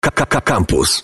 Campus.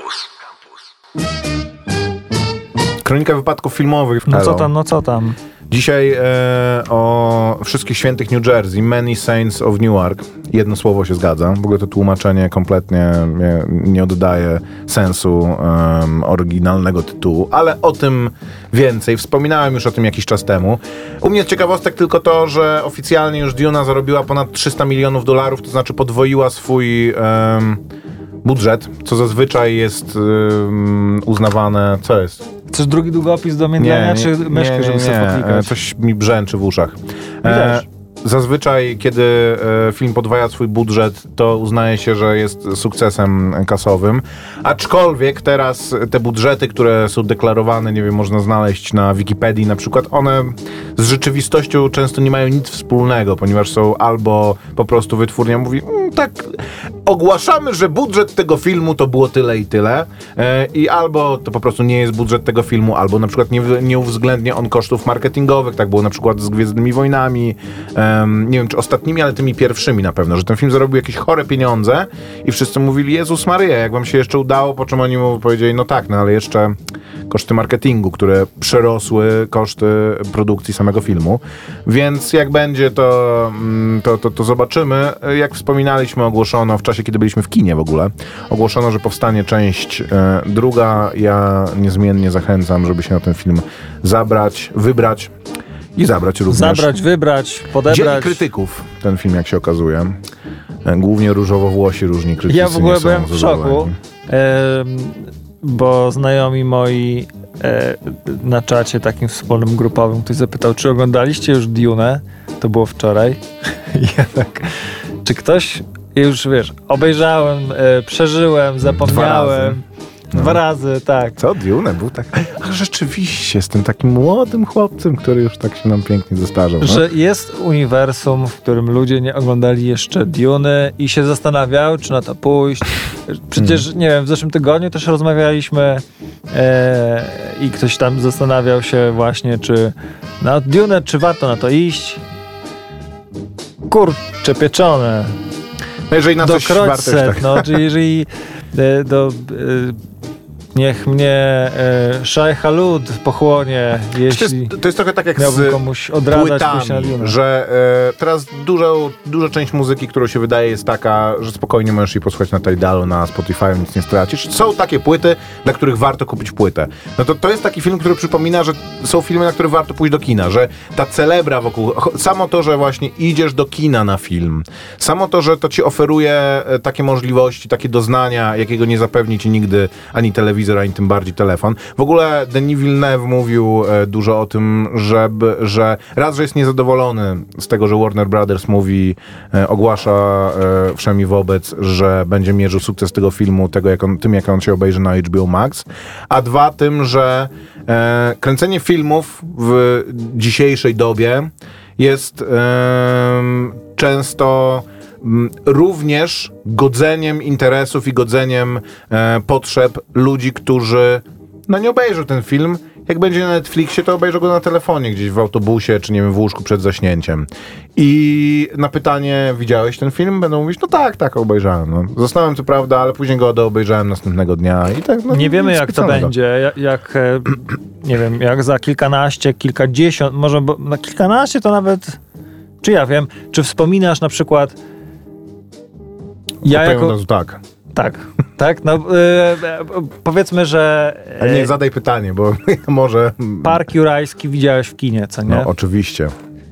Kronika wypadków filmowych. No co tam? Dzisiaj o Wszystkich Świętych New Jersey, Many Saints of Newark. Jedno słowo się zgadza. W ogóle to tłumaczenie kompletnie nie oddaje sensu oryginalnego tytułu, ale o tym więcej. Wspominałem już o tym jakiś czas temu. U mnie z ciekawostek tylko to, że oficjalnie już Duna zarobiła ponad $300 milionów, to znaczy podwoiła swój budżet, co zazwyczaj jest uznawane... Co jest? Chcesz drugi długopis do międlenia, czy myszkę, żeby sobie poklikać? Coś mi brzęczy w uszach. Też. Zazwyczaj, kiedy film podwaja swój budżet, to uznaje się, że jest sukcesem kasowym. Aczkolwiek teraz te budżety, które są deklarowane, nie wiem, można znaleźć na Wikipedii na przykład, one z rzeczywistością często nie mają nic wspólnego, ponieważ są albo po prostu wytwórnia mówi, tak, ogłaszamy, że budżet tego filmu to było tyle i tyle, i albo to po prostu nie jest budżet tego filmu, albo na przykład nie uwzględnia on kosztów marketingowych, tak było na przykład z Gwiezdnymi Wojnami, nie wiem czy ostatnimi, ale tymi pierwszymi na pewno, że ten film zarobił jakieś chore pieniądze i wszyscy mówili, Jezus Maryja, jak wam się jeszcze udało, po czym oni mu powiedzieli, no tak, no ale jeszcze koszty marketingu, które przerosły koszty produkcji samego filmu, więc jak będzie to zobaczymy. Jak wspominaliśmy, ogłoszono w czasie, kiedy byliśmy w kinie w ogóle, ogłoszono, że powstanie część druga. Ja niezmiennie zachęcam, żeby się na ten film wybrać i zabrać również. Zabrać, wybrać, podebrać. Dzieli krytyków ten film, jak się okazuje. Głównie różowo-włosi różni krytycy. Ja w ogóle byłem w szoku, bo znajomi moi na czacie takim wspólnym grupowym ktoś zapytał, czy oglądaliście już Dune? To było wczoraj. Ja tak, czy ktoś, już wiesz, obejrzałem, przeżyłem, zapomniałem. Dwa razy, tak. Co? Dune był tak... A rzeczywiście, z tym takim młodym chłopcem, który już tak się nam pięknie zestarzał. No? Że jest uniwersum, w którym ludzie nie oglądali jeszcze Duny i się zastanawiają, czy na to pójść. Przecież, nie wiem, w zeszłym tygodniu też rozmawialiśmy i ktoś tam zastanawiał się właśnie, czy na Dune, czy warto na to iść. Kurcze pieczone. No jeżeli na coś warto tak. No, czy jeżeli niech mnie Shai Halud pochłonie, jeśli to jest trochę tak jak miałbym z komuś odradzać płytami, że teraz duża część muzyki, którą się wydaje, jest taka, że spokojnie możesz jej posłuchać na Tidalu, na Spotify, nic nie stracisz. Są takie płyty, dla których warto kupić płytę. No to jest taki film, który przypomina, że są filmy, na które warto pójść do kina, że ta celebra wokół, samo to, że właśnie idziesz do kina na film, samo to, że to ci oferuje takie możliwości, takie doznania, jakiego nie zapewni ci nigdy ani telewizor, ani tym bardziej telefon. W ogóle Denis Villeneuve mówił dużo o tym, że raz, że jest niezadowolony z tego, że Warner Brothers ogłasza wszemi wobec, że będzie mierzył sukces tego filmu, tym jak on się obejrzy na HBO Max, a dwa tym, że kręcenie filmów w dzisiejszej dobie jest często również godzeniem interesów i godzeniem potrzeb ludzi, którzy nie obejrzą ten film. Jak będzie na Netflixie, to obejrzą go na telefonie, gdzieś w autobusie, czy nie wiem, w łóżku przed zaśnięciem. I na pytanie, widziałeś ten film? Będą mówić, no tak, obejrzałem. No. Zasnąłem co prawda, ale później go obejrzałem następnego dnia. I tak, nie wiemy, jak to będzie. Nie wiem, jak za kilkadziesiąt, może na kilkanaście to nawet, czy ja wiem, czy wspominasz na przykład Tak, no powiedzmy, że... Ale nie zadaj pytanie, bo może... Park Jurajski widziałeś w kinie, co nie? No, oczywiście.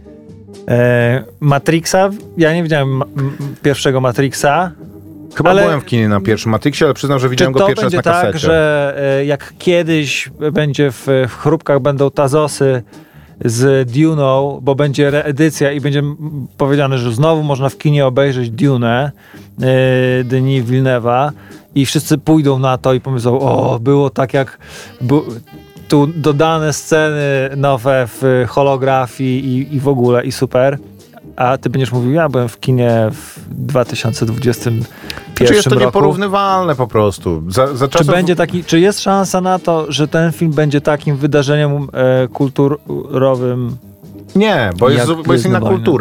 Matrixa, ja nie widziałem pierwszego Matrixa. Chyba byłem w kinie na pierwszym Matrixie, ale przyznam, że widziałem go pierwszy raz na kasecie. Czy to będzie tak, że jak kiedyś będzie w chrupkach będą tazosy z Dune'ą, bo będzie reedycja i będzie powiedziane, że znowu można w kinie obejrzeć Dune'ę Denis Villeneuve'a i wszyscy pójdą na to i pomyślą, było tak jak tu dodane sceny nowe w holografii i w ogóle i super. A ty będziesz mówił, ja byłem w kinie w 2021 Czy jest to roku. nieporównywalne po prostu? Za czasów... Czy jest szansa na to, że ten film będzie takim wydarzeniem kulturowym? Nie, bo jest inna kultura.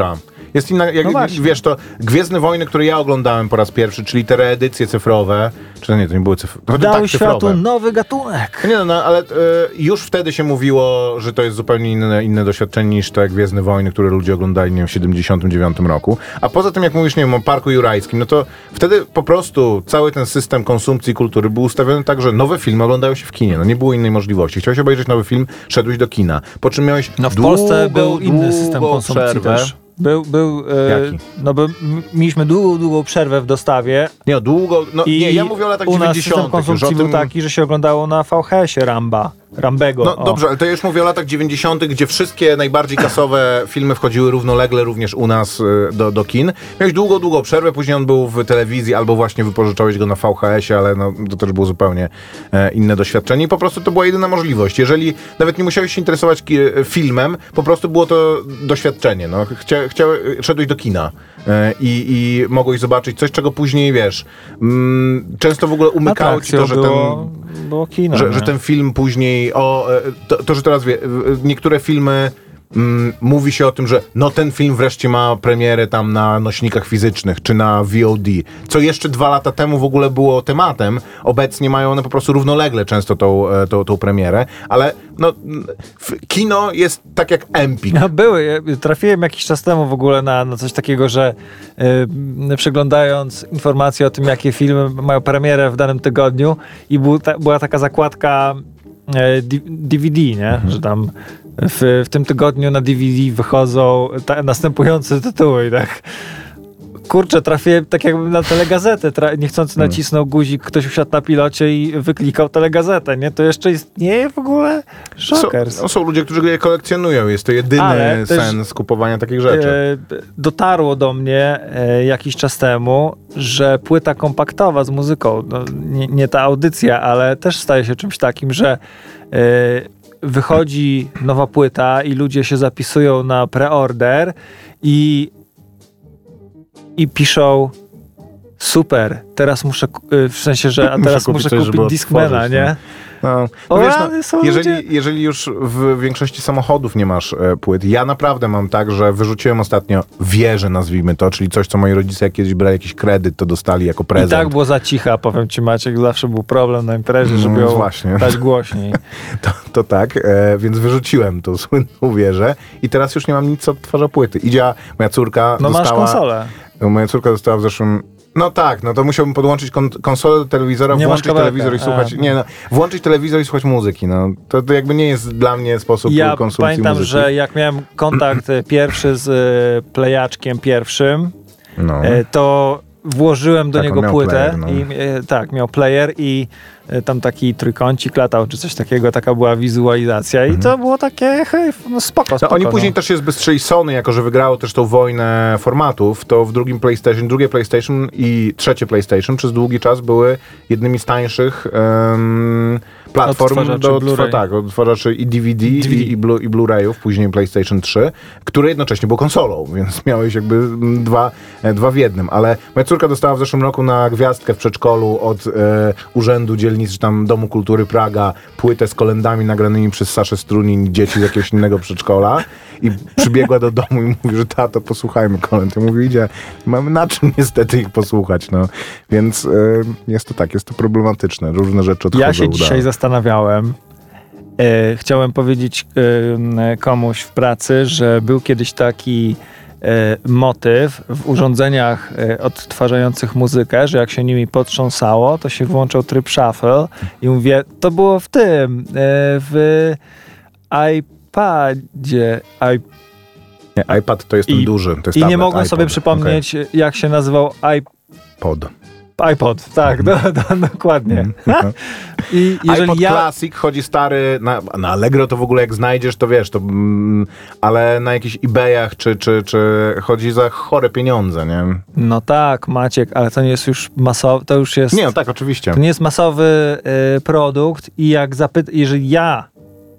Jest inna, jak, No właśnie. wiesz, to Gwiezdne Wojny, które ja oglądałem po raz pierwszy, czyli te reedycje cyfrowe, czy nie, to nie były cyfrowe. Dały światu nowy gatunek. Nie no, ale już wtedy się mówiło, że to jest zupełnie inne doświadczenie niż te Gwiezdne Wojny, które ludzie oglądali, nie wiem, w 79 roku. A poza tym, jak mówisz, nie wiem, o Parku Jurajskim, no to wtedy po prostu cały ten system konsumpcji kultury był ustawiony tak, że nowe filmy oglądały się w kinie. No nie było innej możliwości. Chciałeś obejrzeć nowy film, szedłeś do kina. Po czym miałeś No w Polsce był inny system konsumpcji przerwę. też. Był Jaki? no bo mieliśmy długą przerwę w dostawie. Nie, długo, no I nie, ja mówię o latach u nas 90. system konsumpcji był taki, że się oglądało na VHS-ie Rambego. No dobrze, ale to już mówię o latach 90., gdzie wszystkie najbardziej kasowe filmy wchodziły równolegle również u nas do kin. Miałeś długo przerwę, później on był w telewizji albo właśnie wypożyczałeś go na VHS-ie, ale no, to też było zupełnie inne doświadczenie i po prostu to była jedyna możliwość. Jeżeli nawet nie musiałeś się interesować filmem, po prostu było to doświadczenie. No. Szedłeś do kina i mogłeś zobaczyć coś, czego później, wiesz, często w ogóle umykało ci to, że było kino, że ten film później to, że teraz niektóre filmy mówi się o tym, że no ten film wreszcie ma premierę tam na nośnikach fizycznych, czy na VOD, co jeszcze 2 lata temu w ogóle było tematem. Obecnie mają one po prostu równolegle często tą premierę, ale no kino jest tak jak Empik. No trafiłem jakiś czas temu w ogóle na coś takiego, że przeglądając informacje o tym, jakie filmy mają premierę w danym tygodniu i była taka zakładka DVD, nie? Że tam w tym tygodniu na DVD wychodzą następujące tytuły i tak kurczę, trafię tak jakbym na telegazetę, niechcący nacisnął guzik, ktoś usiadł na pilocie i wyklikał telegazetę, nie? To jeszcze istnieje w ogóle? Szokers. Są ludzie, którzy je kolekcjonują, jest to jedyny sens kupowania takich rzeczy. Dotarło do mnie jakiś czas temu, że płyta kompaktowa z muzyką, no, nie ta audycja, ale też staje się czymś takim, że wychodzi nowa płyta i ludzie się zapisują na preorder i piszą super, teraz muszę, w sensie, że teraz muszę kupić Discmana, nie? No wiesz, jeżeli już w większości samochodów nie masz płyt, ja naprawdę mam tak, że wyrzuciłem ostatnio wieżę, nazwijmy to, czyli coś, co moi rodzice jak kiedyś brali jakiś kredyt, to dostali jako prezent. I tak było za cicha, powiem ci, Maciek, zawsze był problem na imprezie, żeby ją dać głośniej. To tak, więc wyrzuciłem tą słynną wieżę i teraz już nie mam nic, co odtwarza płyty. Moja córka dostała... masz konsolę. Moja córka dostała w zeszłym... No tak, no to musiałbym podłączyć konsolę do telewizora, włączyć telewizor i słuchać... włączyć telewizor i słuchać muzyki. No, to jakby nie jest dla mnie sposób konsumpcji muzyki. Ja pamiętam, że jak miałem kontakt pierwszy z plejaczkiem pierwszym, to włożyłem do niego płytę player, i miał player i tam taki trójkącik latał, czy coś takiego, taka była wizualizacja i to było takie spoko. Oni później też się zbystrzeli Sony, jako że wygrało też tą wojnę formatów, to w drugie PlayStation i trzecie PlayStation przez długi czas były jednymi z tańszych platform do odtwarzaczy i DVD. i Blu-rayów, później PlayStation 3, które jednocześnie było konsolą, więc miałeś jakby dwa w jednym, ale moja córka dostała w zeszłym roku na gwiazdkę w przedszkolu od Urzędu Dzielnicy, czy tam Domu Kultury Praga, płytę z kolendami nagranymi przez Saszę Strunin, dzieci z jakiegoś innego przedszkola i przybiegła do domu i mówi, że tato, posłuchajmy kolęd. Ja mówię, idzie, mamy na czym niestety ich posłuchać, no. Więc jest to tak, jest to problematyczne, różne rzeczy odchodzą. Ja się dzisiaj zastanawiałem, chciałem powiedzieć komuś w pracy, że był kiedyś taki motyw w urządzeniach odtwarzających muzykę, że jak się nimi potrząsało, to się włączał tryb shuffle i mówię, to było w tym, w iPadzie. Nie, iPad to jest ten duży, to jest tablet, nie mogłem sobie przypomnieć, jak się nazywał iPod, tak, dokładnie. I iPod Classic chodzi stary, na Allegro to w ogóle jak znajdziesz, to wiesz, ale na jakichś eBayach czy chodzi za chore pieniądze, nie? No tak, Maciek, ale to nie jest już masowy, to już jest... Nie, no tak, oczywiście. To nie jest masowy produkt i jeżeli ja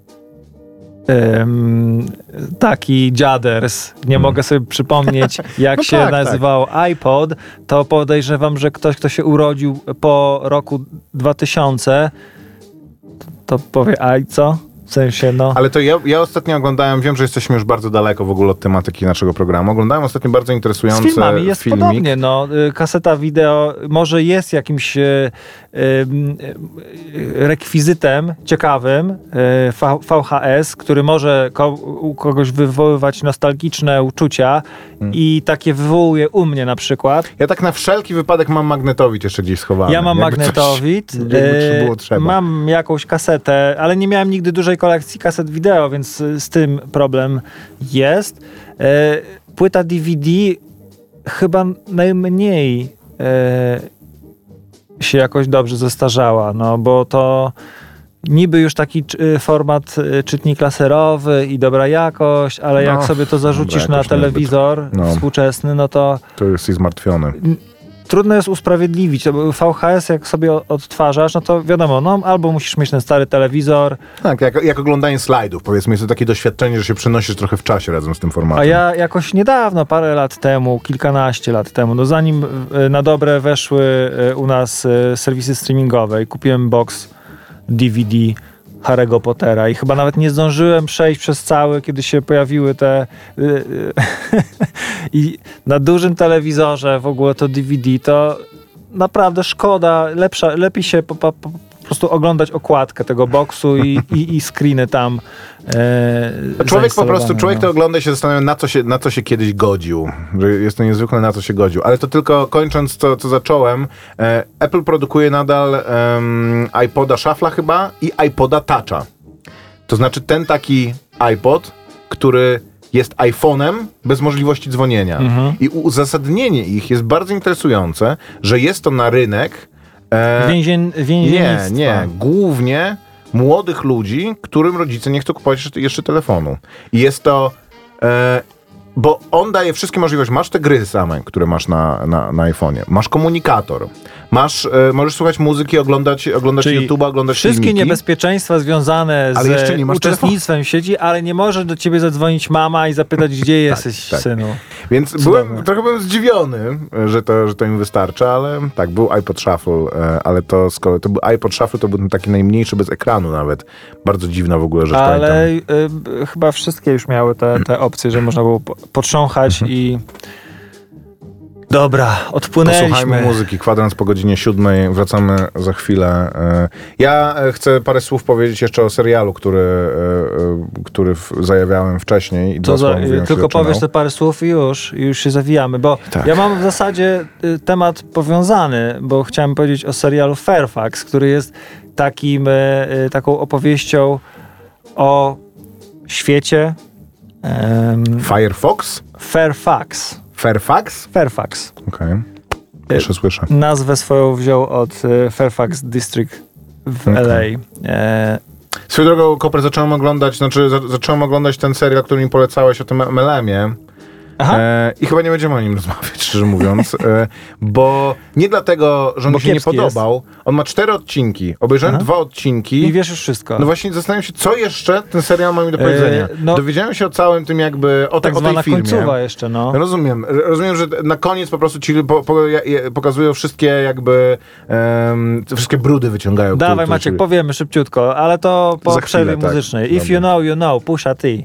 taki dziaders, nie mogę sobie przypomnieć, jak się nazywał iPod, to podejrzewam, że ktoś, kto się urodził po roku 2000, to powie, co? W sensie, no... Ale to ja ostatnio oglądałem, wiem, że jesteśmy już bardzo daleko w ogóle od tematyki naszego programu, oglądałem ostatnio bardzo interesujący Z filmami jest filmik. podobnie, no. Kaseta wideo może jest jakimś rekwizytem ciekawym, VHS, który może u kogoś wywoływać nostalgiczne uczucia i takie wywołuje u mnie na przykład. Ja tak na wszelki wypadek mam magnetowid jeszcze gdzieś schowany. Ja mam magnetowid, mam jakąś kasetę, ale nie miałem nigdy dużej kolekcji kaset wideo, więc z tym problem jest. Płyta DVD chyba najmniej się jakoś dobrze zestarzała, no bo to niby już taki format czytnik laserowy i dobra jakość, ale jak sobie to zarzucisz na telewizor współczesny, no to... To jest zmartwiony. Trudno jest usprawiedliwić. VHS jak sobie odtwarzasz, no to wiadomo, no albo musisz mieć ten stary telewizor. Tak, jak oglądanie slajdów, powiedzmy, jest to takie doświadczenie, że się przenosisz trochę w czasie razem z tym formatem. A ja jakoś niedawno, parę lat temu, kilkanaście lat temu, no zanim na dobre weszły u nas serwisy streamingowe i kupiłem box DVD Harry'ego Pottera i chyba nawet nie zdążyłem przejść przez cały, kiedy się pojawiły te i na dużym telewizorze w ogóle to DVD, to naprawdę szkoda, lepiej się po prostu oglądać okładkę tego boksu i screeny tam człowiek po prostu, to ogląda i się zastanawia, na co się kiedyś godził. Że jest to niezwykle, na co się godził. Ale to tylko kończąc, co zacząłem, Apple produkuje nadal iPoda Shuffla chyba i iPoda Toucha. To znaczy ten taki iPod, który jest iPhone'em bez możliwości dzwonienia. I uzasadnienie ich jest bardzo interesujące, że jest to na rynek Nie. Głównie młodych ludzi, którym rodzice nie chcą kupować jeszcze telefonu. I jest to... bo on daje wszystkie możliwości. Masz te gry same, które masz na iPhone'ie. Masz komunikator. Możesz słuchać muzyki, oglądać YouTube'a, oglądać wszystkie filmiki. Niebezpieczeństwa związane z uczestnictwem w sieci, ale nie może do ciebie zadzwonić mama i zapytać, gdzie jesteś, synu. Więc trochę byłem zdziwiony, że to im wystarcza, ale tak, był iPod Shuffle, ale skoro to był iPod Shuffle, to był taki najmniejszy bez ekranu nawet. Bardzo dziwna w ogóle rzecz. Ale chyba wszystkie już miały te opcje, że można było potrząchać i... Dobra, odpłynęliśmy. Posłuchajmy muzyki. Kwadrans po godzinie 7. Wracamy za chwilę. Ja chcę parę słów powiedzieć jeszcze o serialu, który zajawiałem wcześniej. Tylko powiesz te parę słów i już się zawijamy, bo ja mam w zasadzie temat powiązany, bo chciałem powiedzieć o serialu Fairfax, który jest taką opowieścią o świecie. Firefox? Fairfax. Fairfax? Fairfax. Okej. Proszę, słyszę. Nazwę swoją wziął od Fairfax District w LA. Swoją drogą, Koper, zacząłem oglądać ten serial, który mi polecałeś o tym MLM-ie. I chyba nie będziemy o nim rozmawiać, szczerze mówiąc, bo nie dlatego, że on mi się nie podobał. On ma 4 odcinki. Obejrzałem 2 odcinki. I wiesz już wszystko. No właśnie zastanawiam się, co jeszcze ten serial ma mi do powiedzenia. Dowiedziałem się o całym tym jakby, o tej firmie. Końcowa jeszcze, no. Rozumiem, że na koniec po prostu ci pokazują wszystkie jakby, wszystkie brudy wyciągają. Dawaj Maciek, powiemy szybciutko, ale to po przerwie muzycznej. If you know, you know. Pusha T.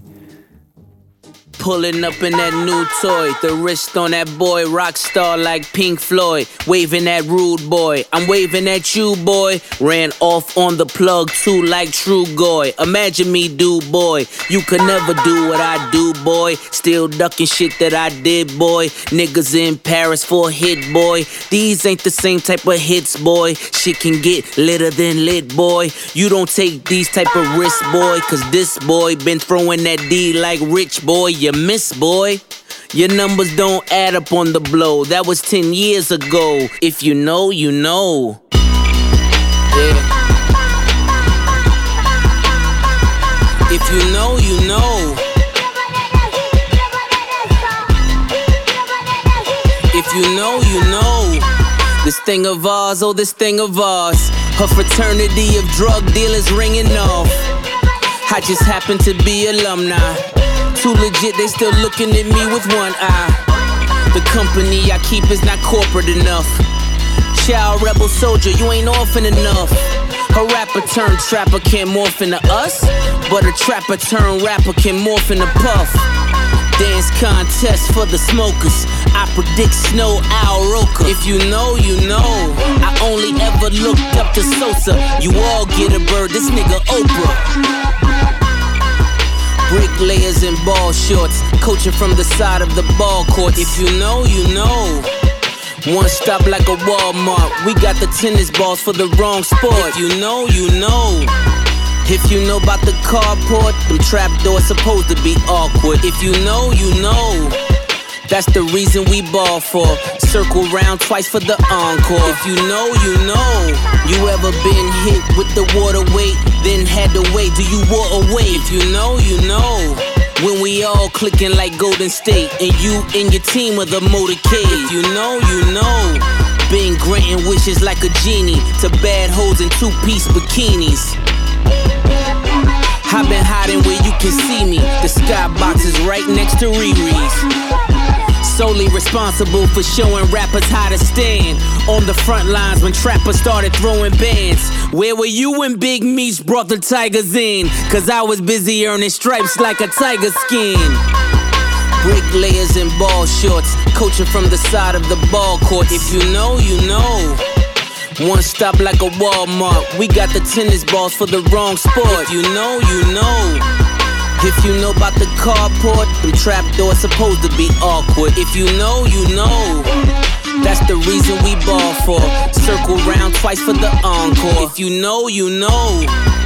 Pulling up in that new toy, the wrist on that boy, rock star like Pink Floyd, waving at rude boy, I'm waving at you boy, ran off on the plug too like True Goy, imagine me do boy, you could never do what I do boy, still ducking shit that I did boy, niggas in Paris for a hit boy, these ain't the same type of hits boy, shit can get litter than lit boy, you don't take these type of risks boy, cause this boy been throwing that D like Rich boy, you miss boy. Your numbers don't add up on the blow. That was 10 years ago. If you know, you know. Yeah. If you know, you know. If you know, you know. This thing of ours, oh this thing of ours. Her fraternity of drug dealers ringing off. I just happen to be alumni. Too legit, they still looking at me with one eye. The company I keep is not corporate enough. Child rebel soldier, you ain't orphan enough. A rapper turned trapper can't morph into us, but a trapper turned rapper can morph into Puff. Dance contest for the smokers. I predict Snow Al Roker. If you know, you know. I only ever looked up to Sosa. You all get a bird, this nigga Oprah. Bricklayers in ball shorts, coaching from the side of the ball court. If you know, you know. One stop like a Walmart. We got the tennis balls for the wrong sport. If you know, you know. If you know about the carport, them trapdoors supposed to be awkward. If you know, you know. That's the reason we ball for. Circle round twice for the encore. If you know, you know. You ever been hit with the water weight, then had to wait till you wore away? If you know, you know. When we all clicking like Golden State, and you and your team of the motorcade. If you know, you know. Been granting wishes like a genie to bad hoes in two-piece bikinis. I've been hiding where you can see me. The skybox is right next to Riri's. Solely responsible for showing rappers how to stand on the front lines when trappers started throwing bands. Where were you when Big Meech brought the Tigers in? Cause I was busy earning stripes like a tiger skin. Bricklayers in ball shorts, coaching from the side of the ball court. If you know, you know. One stop like a Walmart. We got the tennis balls for the wrong sport. If you know, you know. If you know about the carport, them trapdoors supposed to be awkward. If you know, you know. That's the reason we ball for. Circle round twice for the encore. If you know, you know.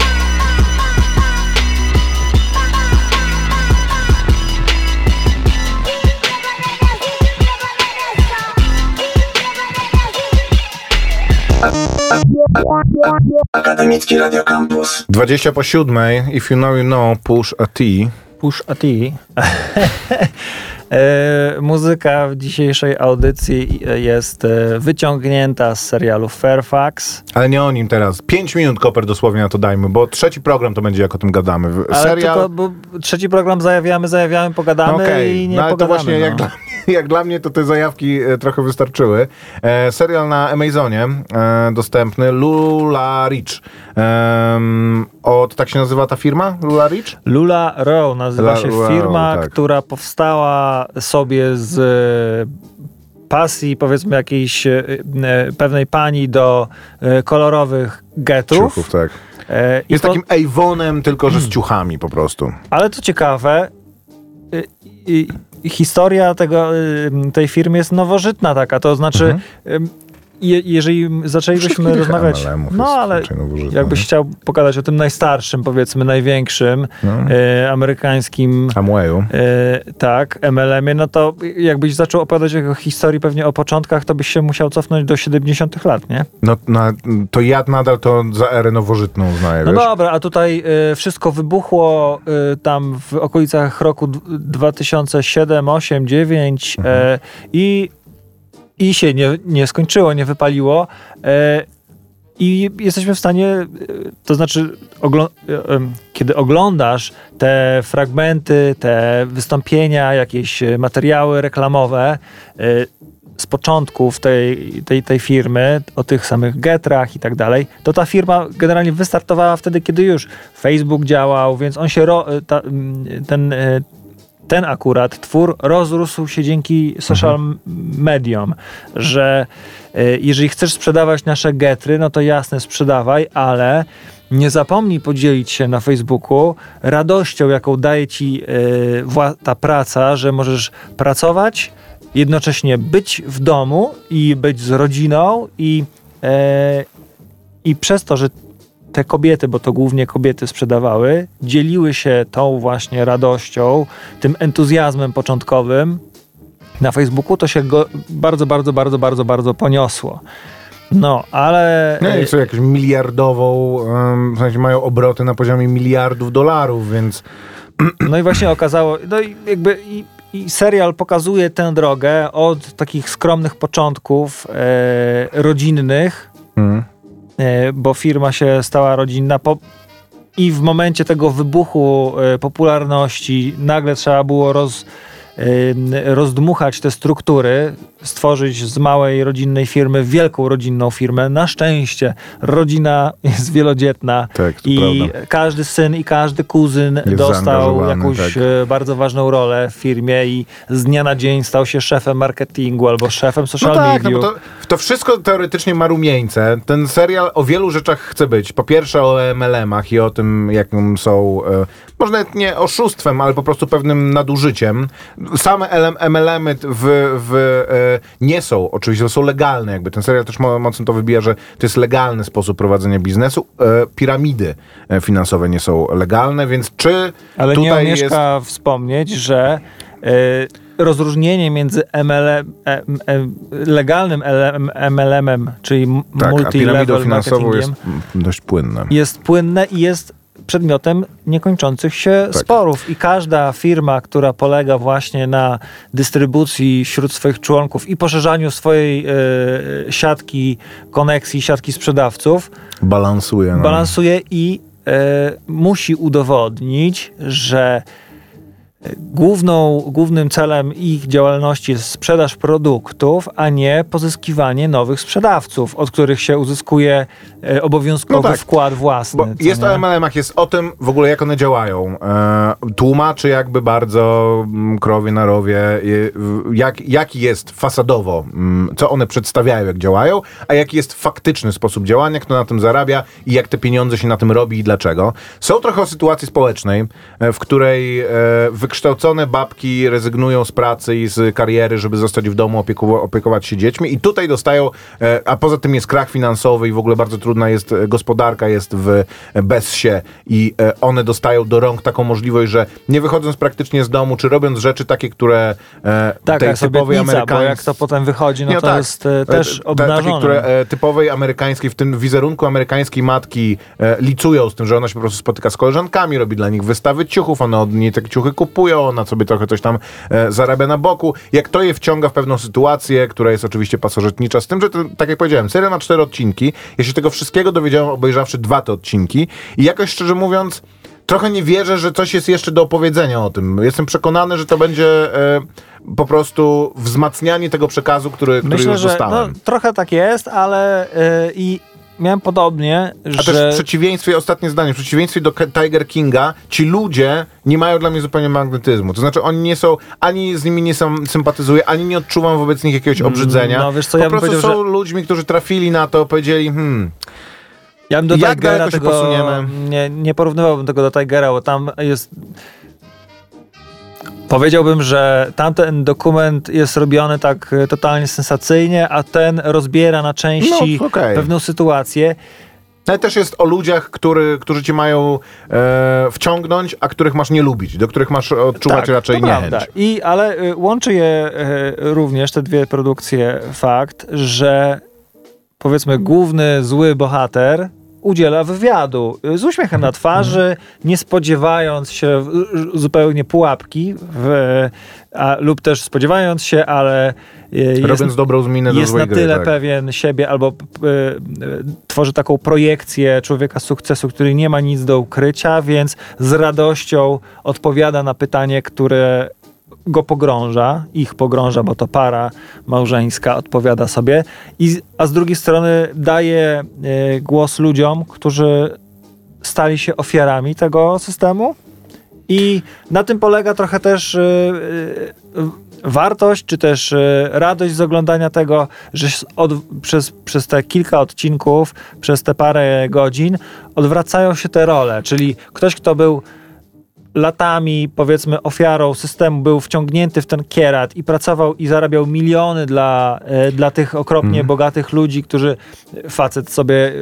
Akademicki Radio Campus. 7:20, If You Know You Know, Push a T. Push a T. Muzyka w dzisiejszej audycji jest wyciągnięta z serialu Fairfax. Ale nie o nim teraz. 5 minut, Koper, dosłownie na to dajmy, bo trzeci program to będzie, jak o tym gadamy. Ale serial... tylko, bo trzeci program zajawiamy, pogadamy i nie ale pogadamy. To właśnie jak dla mnie to te zajawki trochę wystarczyły. Serial na Amazonie dostępny, Lula Rich. Tak się nazywa ta firma? Lula Rich? LuLaRoe nazywa się firma, tak. która powstała sobie z pasji, powiedzmy, jakiejś pewnej pani do kolorowych getrów. Ciuchów, tak. Jest takim Avonem, tylko że z ciuchami po prostu. Ale co ciekawe, historia tej firmy jest nowożytna taka, to znaczy jeżeli zaczęlibyśmy rozmawiać, ale jakbyś chciał pogadać o tym najstarszym, powiedzmy największym amerykańskim Amwayu. tak, MLM-ie, no to jakbyś zaczął opowiadać o jego historii pewnie o początkach, to byś się musiał cofnąć do 70 lat, nie? No to ja nadal to za erę nowożytną uznaję, No wiesz? dobra, a tutaj wszystko wybuchło tam w okolicach roku 2007, 8, 9 i się nie skończyło, nie wypaliło. I jesteśmy w stanie, to znaczy kiedy oglądasz te fragmenty, te wystąpienia, jakieś materiały reklamowe z początków tej firmy, o tych samych getrach i tak dalej, to ta firma generalnie wystartowała wtedy, kiedy już Facebook działał, więc on się ten akurat twór rozrósł się dzięki social mediom, że jeżeli chcesz sprzedawać nasze getry, no to jasne, sprzedawaj, ale nie zapomnij podzielić się na Facebooku radością, jaką daje ci ta praca, że możesz pracować, jednocześnie być w domu i być z rodziną i przez to, że te kobiety, bo to głównie kobiety sprzedawały, dzieliły się tą właśnie radością, tym entuzjazmem początkowym na Facebooku, to się go bardzo poniosło. No, ale... No i co, jakąś miliardową, w sensie mają obroty na poziomie miliardów dolarów, więc... No i właśnie okazało, no i jakby i serial pokazuje tę drogę od takich skromnych początków rodzinnych, bo firma się stała rodzinna i w momencie tego wybuchu popularności nagle trzeba było rozdmuchać te struktury, stworzyć z małej rodzinnej firmy wielką rodzinną firmę. Na szczęście rodzina jest wielodzietna Tak, to i prawda. każdy syn i każdy kuzyn dostał zaangażowany, jakąś tak. bardzo ważną rolę w firmie i z dnia na dzień stał się szefem marketingu albo szefem social tak, media. bo to wszystko teoretycznie ma rumieńce. Ten serial o wielu rzeczach chce być. Po pierwsze o MLM-ach i o tym, jakim są, może nawet nie oszustwem, ale po prostu pewnym nadużyciem. Same MLM-y nie są, oczywiście są legalne. Jakby ten serial też mocno to wybija, że to jest legalny sposób prowadzenia biznesu. Piramidy finansowe nie są legalne, więc czy Ale nie tutaj omieszka wspomnieć, że rozróżnienie między legalnym MLM-em, czyli tak, a piramidą multi-level finansową marketingiem, jest dość płynne. jest płynne i jest przedmiotem niekończących się sporów. I każda firma, która polega właśnie na dystrybucji wśród swoich członków i poszerzaniu swojej siatki koneksji, siatki sprzedawców, balansuje i musi udowodnić, że głównym celem ich działalności jest sprzedaż produktów, a nie pozyskiwanie nowych sprzedawców, od których się uzyskuje obowiązkowy wkład własny. Bo jest o MLM-ach, jest o tym w ogóle, jak one działają. Tłumaczy jakby bardzo krowie na rowie, jaki jest fasadowo, co one przedstawiają, jak działają, a jaki jest faktyczny sposób działania, kto na tym zarabia i jak te pieniądze się na tym robi i dlaczego. Są trochę o sytuacji społecznej, w której wykształcone babki rezygnują z pracy i z kariery, żeby zostać w domu, opiekować się dziećmi i tutaj dostają, a poza tym jest krach finansowy i w ogóle bardzo trudna jest gospodarka, jest w bezsie i one dostają do rąk taką możliwość, że nie wychodząc praktycznie z domu, czy robiąc rzeczy takie, które tej typowej amerykańskiej... bo jak to potem wychodzi, no to jest też obnażone. Takie, które typowej amerykańskiej, w tym wizerunku amerykańskiej matki licują z tym, że ona się po prostu spotyka z koleżankami, robi dla nich wystawy ciuchów, one od niej te ciuchy kupują, ona sobie trochę coś tam zarabia na boku. Jak to je wciąga w pewną sytuację, która jest oczywiście pasożytnicza, z tym, że to, tak jak powiedziałem, serial ma 4 odcinki. Ja się tego wszystkiego dowiedziałem, obejrzawszy 2 te odcinki i jakoś szczerze mówiąc trochę nie wierzę, że coś jest jeszcze do opowiedzenia o tym. Jestem przekonany, że to będzie po prostu wzmacnianie tego przekazu, który Myślę, już dostałem. No, trochę tak jest, ale i miałem podobnie, A też w przeciwieństwie, ostatnie zdanie, w przeciwieństwie do Tiger Kinga, ci ludzie nie mają dla mnie zupełnie magnetyzmu. To znaczy oni nie są, ani z nimi nie sympatyzuję, ani nie odczuwam wobec nich jakiegoś obrzydzenia. No, wiesz co, po prostu są ludźmi, którzy trafili na to, powiedzieli, ja bym do jak Tigera daleko się tego posuniemy? nie porównywałbym tego do Tigera, bo tam jest... Powiedziałbym, że tamten dokument jest robiony tak totalnie sensacyjnie, a ten rozbiera na części pewną sytuację. Ale też jest o ludziach, którzy cię mają wciągnąć, a których masz nie lubić, do których masz odczuwać raczej niechęć. Ale łączy je również te dwie produkcje fakt, że powiedzmy główny zły bohater udziela wywiadu z uśmiechem na twarzy, nie spodziewając się zupełnie pułapki lub też spodziewając się, ale robiąc dobrą minę do jest złej na tyle gry, pewien siebie albo tworzy taką projekcję człowieka sukcesu, który nie ma nic do ukrycia, więc z radością odpowiada na pytanie, które go ich pogrąża, bo to para małżeńska odpowiada sobie, a z drugiej strony daje głos ludziom, którzy stali się ofiarami tego systemu i na tym polega trochę też wartość, czy też radość z oglądania tego, że przez te kilka odcinków, przez te parę godzin odwracają się te role, czyli ktoś, kto był latami, powiedzmy, ofiarą systemu, był wciągnięty w ten kierat i pracował i zarabiał miliony dla tych okropnie bogatych ludzi, którzy facet sobie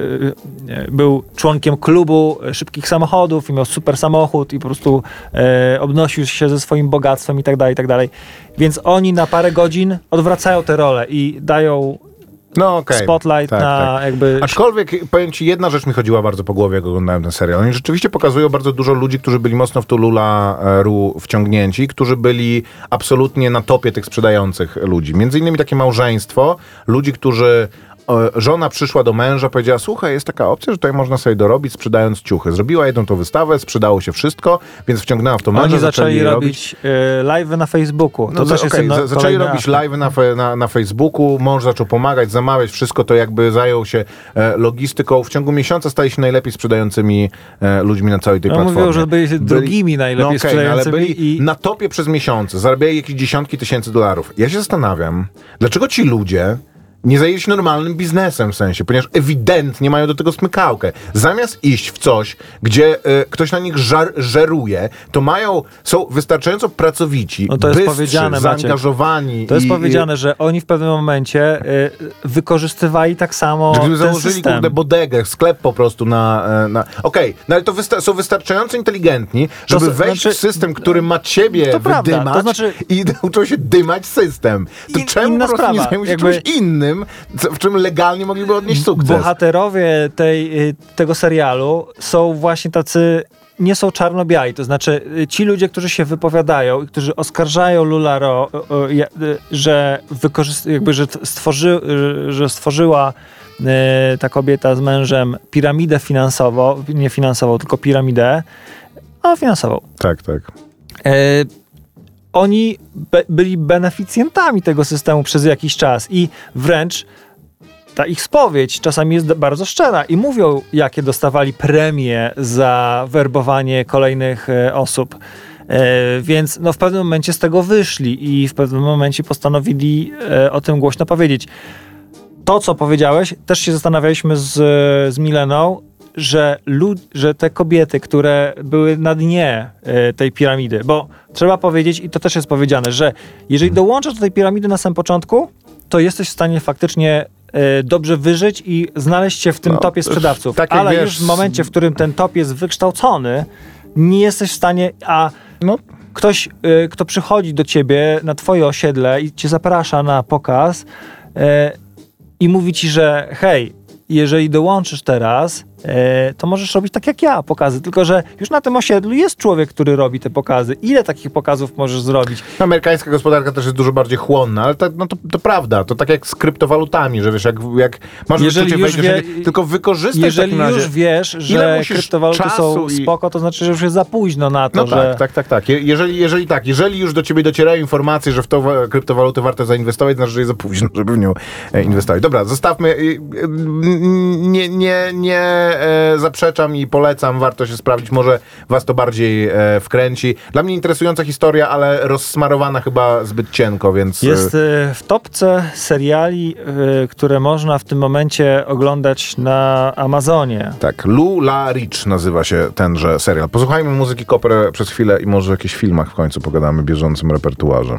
był członkiem klubu szybkich samochodów i miał super samochód i po prostu obnosił się ze swoim bogactwem i tak dalej. Więc oni na parę godzin odwracają te role i dają spotlight na jakby... Aczkolwiek, powiem ci, jedna rzecz mi chodziła bardzo po głowie, jak oglądałem ten serial. Oni rzeczywiście pokazują bardzo dużo ludzi, którzy byli mocno w to LuLaRoe wciągnięci, którzy byli absolutnie na topie tych sprzedających ludzi. Między innymi takie małżeństwo, ludzi, którzy żona przyszła do męża, powiedziała, słuchaj, jest taka opcja, że tutaj można sobie dorobić, sprzedając ciuchy. Zrobiła jedną tą wystawę, sprzedało się wszystko, więc wciągnęła w to męża. Oni zaczęli robić live'y na Facebooku. To też jest zaczęli robić live'y na Facebooku, mąż zaczął pomagać, zamawiać, wszystko to jakby zajął się logistyką. W ciągu miesiąca stali się najlepiej sprzedającymi ludźmi na całej tej platformie. Mówią, że byli drugimi najlepiej sprzedającymi. Ale byli na topie przez miesiące, zarabiali jakieś dziesiątki tysięcy dolarów. Ja się zastanawiam, dlaczego ci ludzie nie zajęli się normalnym biznesem w sensie, ponieważ ewidentnie mają do tego smykałkę. Zamiast iść w coś, gdzie ktoś na nich żeruje, to są wystarczająco pracowici, no to jest bystrzy, powiedziane, zaangażowani. To jest powiedziane, że oni w pewnym momencie wykorzystywali tak samo gdyby ten założyli system. bodegę, sklep po prostu Okej, no ale to są wystarczająco inteligentni, żeby wejść w system, który ma ciebie wydymać, prawda, to znaczy, i uczą się dymać system. To czemu po prostu nie zajmują się czymś innym, w czym legalnie mogliby odnieść sukces? Bohaterowie tego serialu są właśnie tacy, nie są czarno-biali, to znaczy ci ludzie, którzy się wypowiadają i którzy oskarżają LuLaRoe, że stworzyła ta kobieta z mężem piramidę finansową, nie finansową, tylko piramidę, finansową. Tak. Oni byli beneficjentami tego systemu przez jakiś czas i wręcz ta ich spowiedź czasami jest bardzo szczera i mówią, jakie dostawali premie za werbowanie kolejnych osób. Więc w pewnym momencie z tego wyszli i w pewnym momencie postanowili o tym głośno powiedzieć. To, co powiedziałeś, też się zastanawialiśmy z Mileną, że te kobiety, które były na dnie tej piramidy, bo trzeba powiedzieć, i to też jest powiedziane, że jeżeli dołączasz do tej piramidy na samym początku, to jesteś w stanie faktycznie dobrze wyżyć i znaleźć się w tym topie sprzedawców. Tak, ale już w momencie, w którym ten top jest wykształcony, nie jesteś w stanie, ktoś, kto przychodzi do ciebie na twoje osiedle i cię zaprasza na pokaz i mówi ci, że hej, jeżeli dołączysz teraz, to możesz robić tak jak ja, pokazy. Tylko że już na tym osiedlu jest człowiek, który robi te pokazy. Ile takich pokazów możesz zrobić? Amerykańska gospodarka też jest dużo bardziej chłonna, ale to prawda. To tak jak z kryptowalutami, że wiesz, jak masz tylko wykorzystać w takim razie. Jeżeli już wiesz, że kryptowaluty są spoko, to znaczy, że już jest za późno na to, że... Tak. Jeżeli już do ciebie docierają informacje, że w to kryptowaluty warto zainwestować, znaczy, że jest za późno, żeby w nią inwestować. Dobra, zostawmy. Nie zaprzeczam i polecam, warto się sprawdzić, może was to bardziej wkręci. Dla mnie interesująca historia, ale rozsmarowana chyba zbyt cienko, więc... Jest w topce seriali, które można w tym momencie oglądać na Amazonie. Tak, LuLaRoe nazywa się tenże serial. Posłuchajmy muzyki Kopre przez chwilę i może o jakichś filmach w końcu pogadamy, bieżącym repertuarze.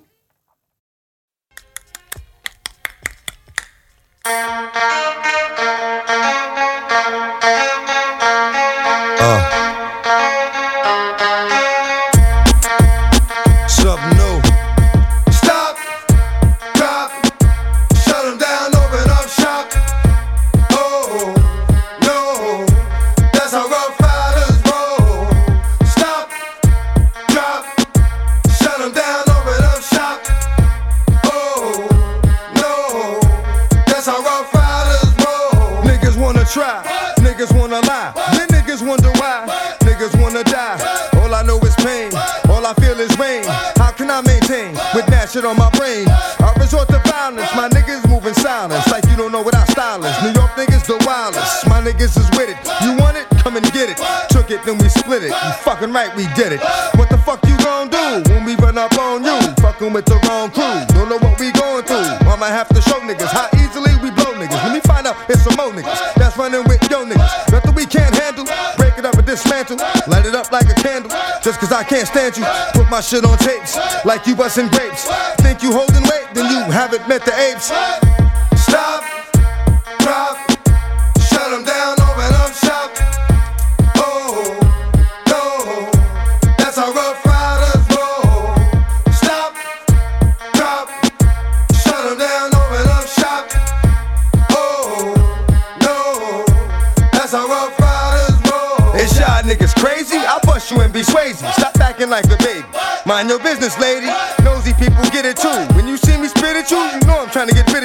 On my brain, I resort to violence. My niggas moving silence, like you don't know what our style is. New York niggas the wildest. My niggas is with it. You want it? Come and get it. Took it, then we split it. You fucking right, we did it. What the fuck you gon' do when we run up on you? Fucking with the wrong crew. Don't know what we going through. I'ma have to show niggas how easily we blow niggas. When we find out it's some more niggas that's running with yo niggas. Nothing we can't handle. Break it up and dismantle. Light it up like a candle. Just cause I can't stand you. Put my shit on tapes like you bustin' grapes. Think you holding weight, then you haven't met the apes. Stop, drop, shut them down, open up shop. Oh, no, that's how Rough Riders roll. Stop, drop, shut them down, open up shop. Oh, no, that's how Rough Riders roll. Is y'all niggas crazy? I'll bust you and be Swayze. Stop acting like a baby. Mind your business, lady. Nosy people get it too. When you see me spit at you, you know I'm trying to get rid of you.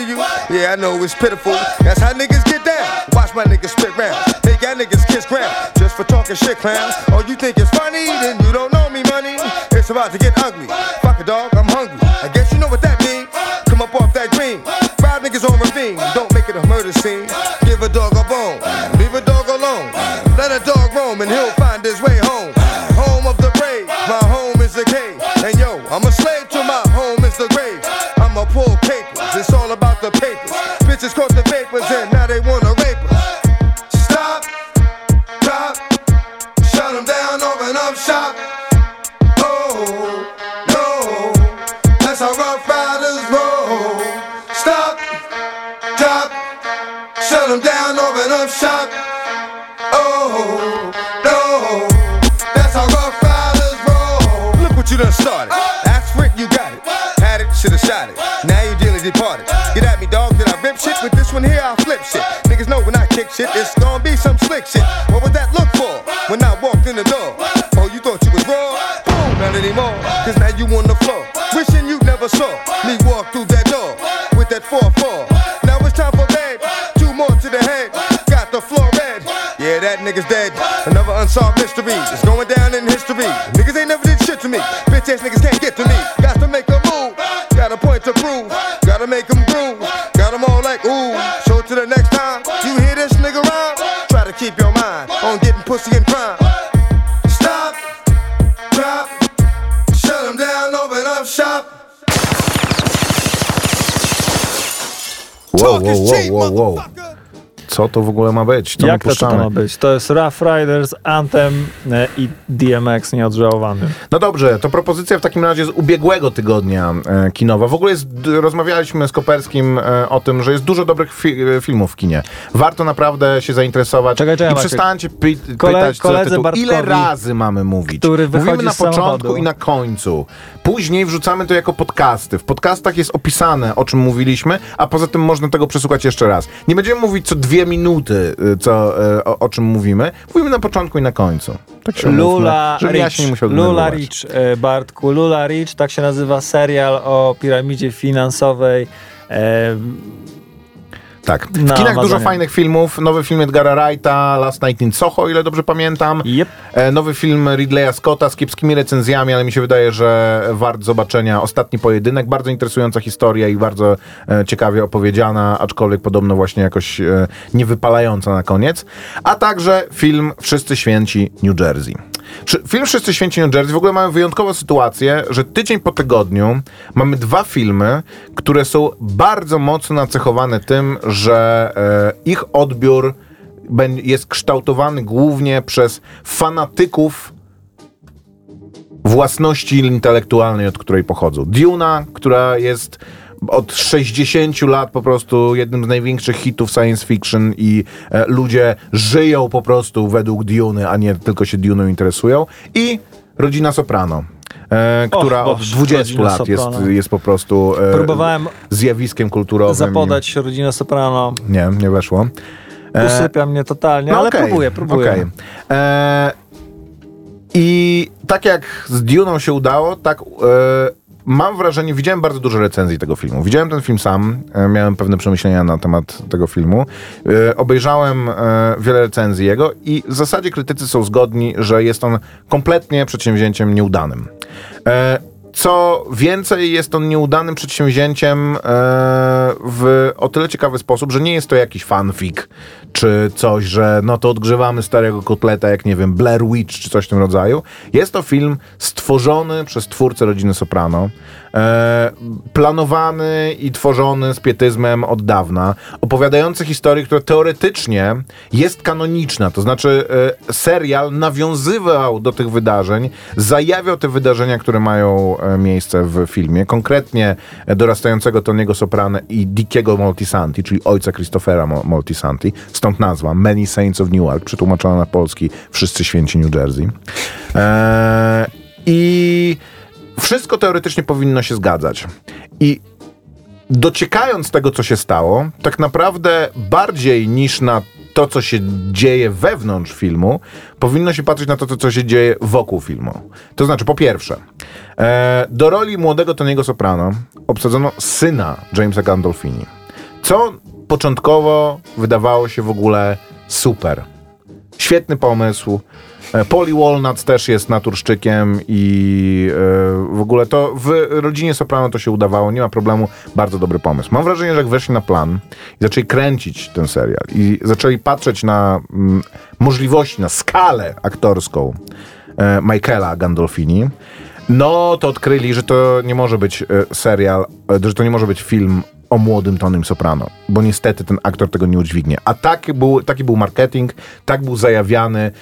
Yeah, I know it's pitiful. That's how niggas get down. Watch my niggas spit round. Make y'all niggas kiss ground. Just for talking shit, clowns. Oh, you think it's funny? Then you don't know me, money. It's about to get ugly. Fuck a dog, I'm hungry. I guess you know what that means. Come up off that green. 5 niggas on ravine. Don't make it a murder scene. Give a dog a bone. Leave a dog alone. Let a dog roam and he'll find his way home. Home of the brave. My home is the cave. And yo, I'm a slave to my home is the grave. I'ma pull papers. It's all about the papers. Bitches caught the papers and now they wanna rape us. Stop. Drop. Shut them down, open up shop. Oh, no. That's how Rough Riders roll. Stop. Drop. Shut them down, open up shop. Oh, no. That's how Rough Riders roll. Look what you done started. Ask for it, you got it. Had it, shoulda shot it. Now you dearly departed. Get at me, dog, did I rip shit? With this one here, I'll flip shit. Niggas know when I kick shit, it's gonna be some slick shit. What would that look for when I walked in the door? Oh, you thought you was raw? Boom, not anymore. Cause now you on the floor. Wishing you never saw me walk through that door with that 4-4. Now it's time for bed. 2 more to the head. Got the floor red. Yeah, that nigga's dead. Another unsolved mystery. It's going down in history. Niggas ain't never did shit to me. Bitch ass niggas can't get to me. Got to make a move. Got a point to prove. Gotta make them groove. Got them all like ooh. So to the next time you hear this nigga rhyme, try to keep your mind on getting pussy and crime. Stop. Drop. Shut them down. Open up shop. Wow. Co to w ogóle ma być? Co Jak to ma być? To jest Rough Riders, Anthem i DMX nieodżałowany. No dobrze, to propozycja w takim razie z ubiegłego tygodnia kinowa. W ogóle rozmawialiśmy z Koperskim o tym, że jest dużo dobrych filmów w kinie. Warto naprawdę się zainteresować. Czekaj, i przestańcie pytać co do tytułu. Ile razy mamy mówić? Mówimy na początku i na końcu. Później wrzucamy to jako podcasty. W podcastach jest opisane, o czym mówiliśmy, a poza tym można tego przesłuchać jeszcze raz. Nie będziemy mówić co 2 minuty, o czym mówimy. Mówimy na początku i na końcu. Tak się Lula umówmy, Rich, ja się nie musiał Lula Rich, Bartku. Lula Rich, tak się nazywa serial o piramidzie finansowej. Tak. W kinach dużo fajnych filmów. Nowy film Edgara Wrighta, Last Night in Soho, o ile dobrze pamiętam. Yep. Nowy film Ridleya Scotta z kiepskimi recenzjami, ale mi się wydaje, że wart zobaczenia. Ostatni pojedynek. Bardzo interesująca historia i bardzo ciekawie opowiedziana, aczkolwiek podobno właśnie jakoś niewypalająca na koniec. A także film Wszyscy Święci New Jersey. Film Wszyscy Święci New Jersey, w ogóle mamy wyjątkową sytuację, że tydzień po tygodniu mamy 2 filmy, które są bardzo mocno nacechowane tym, że ich odbiór jest kształtowany głównie przez fanatyków własności intelektualnej, od której pochodzą. Duna, która jest od 60 lat po prostu jednym z największych hitów science fiction i ludzie żyją po prostu według Duny, a nie tylko się Duną interesują. I Rodzina Soprano, która od 20 lat jest po prostu zjawiskiem kulturowym. Zapodać Rodzinę Soprano. Nie weszło. Usypia mnie totalnie, ale próbuję. Okay. I tak jak z Duną się udało, tak mam wrażenie, widziałem bardzo dużo recenzji tego filmu. Widziałem ten film sam, miałem pewne przemyślenia na temat tego filmu. Obejrzałem wiele recenzji jego i w zasadzie krytycy są zgodni, że jest on kompletnie przedsięwzięciem nieudanym. Co więcej, jest on nieudanym przedsięwzięciem w o tyle ciekawy sposób, że nie jest to jakiś fanfic, czy coś, że no to odgrzewamy starego kotleta, jak nie wiem, Blair Witch, czy coś w tym rodzaju. Jest to film stworzony przez twórcę Rodziny Soprano, planowany i tworzony z pietyzmem od dawna, opowiadający historię, która teoretycznie jest kanoniczna, to znaczy serial nawiązywał do tych wydarzeń, zajawiał te wydarzenia, które mają miejsce w filmie, konkretnie dorastającego Tony'ego Soprano i Dickiego Moltisanti, czyli ojca Christophera Moltisanti, stąd nazwa Many Saints of Newark, przetłumaczona na polski Wszyscy Święci New Jersey. I wszystko teoretycznie powinno się zgadzać. I dociekając tego, co się stało, tak naprawdę bardziej niż na to, co się dzieje wewnątrz filmu, powinno się patrzeć na to, co się dzieje wokół filmu. To znaczy, po pierwsze, do roli młodego Tony'ego Soprano obsadzono syna Jamesa Gandolfini. Co początkowo wydawało się w ogóle super. Świetny pomysł. Polly Walnuts też jest naturszczykiem i w ogóle to w Rodzinie Soprano to się udawało, nie ma problemu, bardzo dobry pomysł. Mam wrażenie, że jak weszli na plan i zaczęli kręcić ten serial i zaczęli patrzeć na możliwości, na skalę aktorską Michaela Gandolfini, no to odkryli, że to nie może być serial, że to nie może być film o młodym Tonym Soprano, bo niestety ten aktor tego nie udźwignie. A taki był marketing, tak był zajawiany.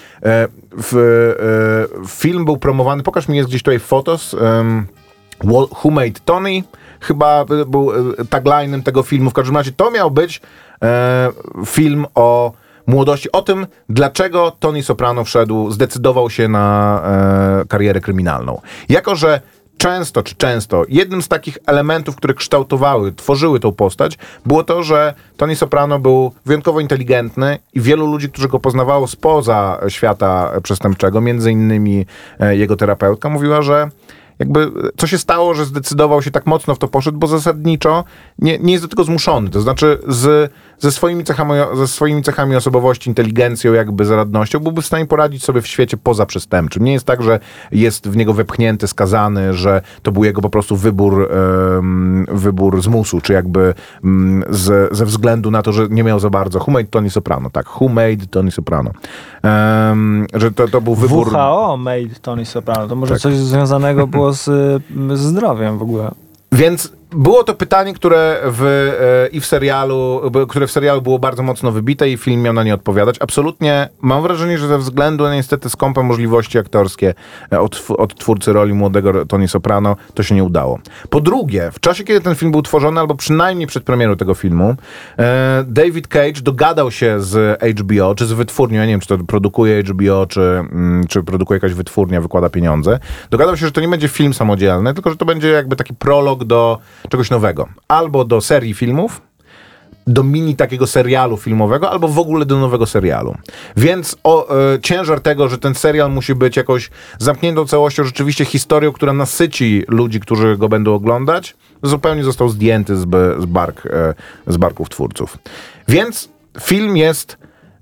Film był promowany, pokaż mi, jest gdzieś tutaj fotos, Who Made Tony, chyba był taglinem tego filmu. W każdym razie to miał być film o młodości, o tym, dlaczego Tony Soprano zdecydował się na karierę kryminalną. Jako że często jednym z takich elementów, które tworzyły tą postać, było to, że Tony Soprano był wyjątkowo inteligentny i wielu ludzi, którzy go poznawało spoza świata przestępczego, między innymi jego terapeutka, mówiła, że jakby co się stało, że zdecydował się tak mocno w to poszedł, bo zasadniczo nie jest do tego zmuszony. To znaczy ze swoimi cechami osobowości, inteligencją, jakby zaradnością, byłby w stanie poradzić sobie w świecie pozaprzestępczym. Nie jest tak, że jest w niego wepchnięty, skazany, że to był jego po prostu wybór z musu, czy jakby ze względu na to, że nie miał za bardzo. Who made Tony Soprano, tak. Who made Tony Soprano. Że to był wybór... WHO made Tony Soprano. To może tak. coś związanego było z zdrowiem w ogóle. Więc było to pytanie, które w serialu było bardzo mocno wybite i film miał na nie odpowiadać. Absolutnie mam wrażenie, że ze względu na niestety skąpe możliwości aktorskie od twórcy roli młodego Tony Soprano to się nie udało. Po drugie, w czasie, kiedy ten film był tworzony, albo przynajmniej przed premierą tego filmu, David Cage dogadał się z HBO, czy z wytwórnią, ja nie wiem, czy to produkuje HBO, czy produkuje jakaś wytwórnia, wykłada pieniądze. Dogadał się, że to nie będzie film samodzielny, tylko że to będzie jakby taki prolog do czegoś nowego. Albo do serii filmów, do mini takiego serialu filmowego, albo w ogóle do nowego serialu. Więc ciężar tego, że ten serial musi być jakoś zamkniętą całością, rzeczywiście historią, która nasyci ludzi, którzy go będą oglądać, zupełnie został zdjęty z barków twórców. Więc film jest...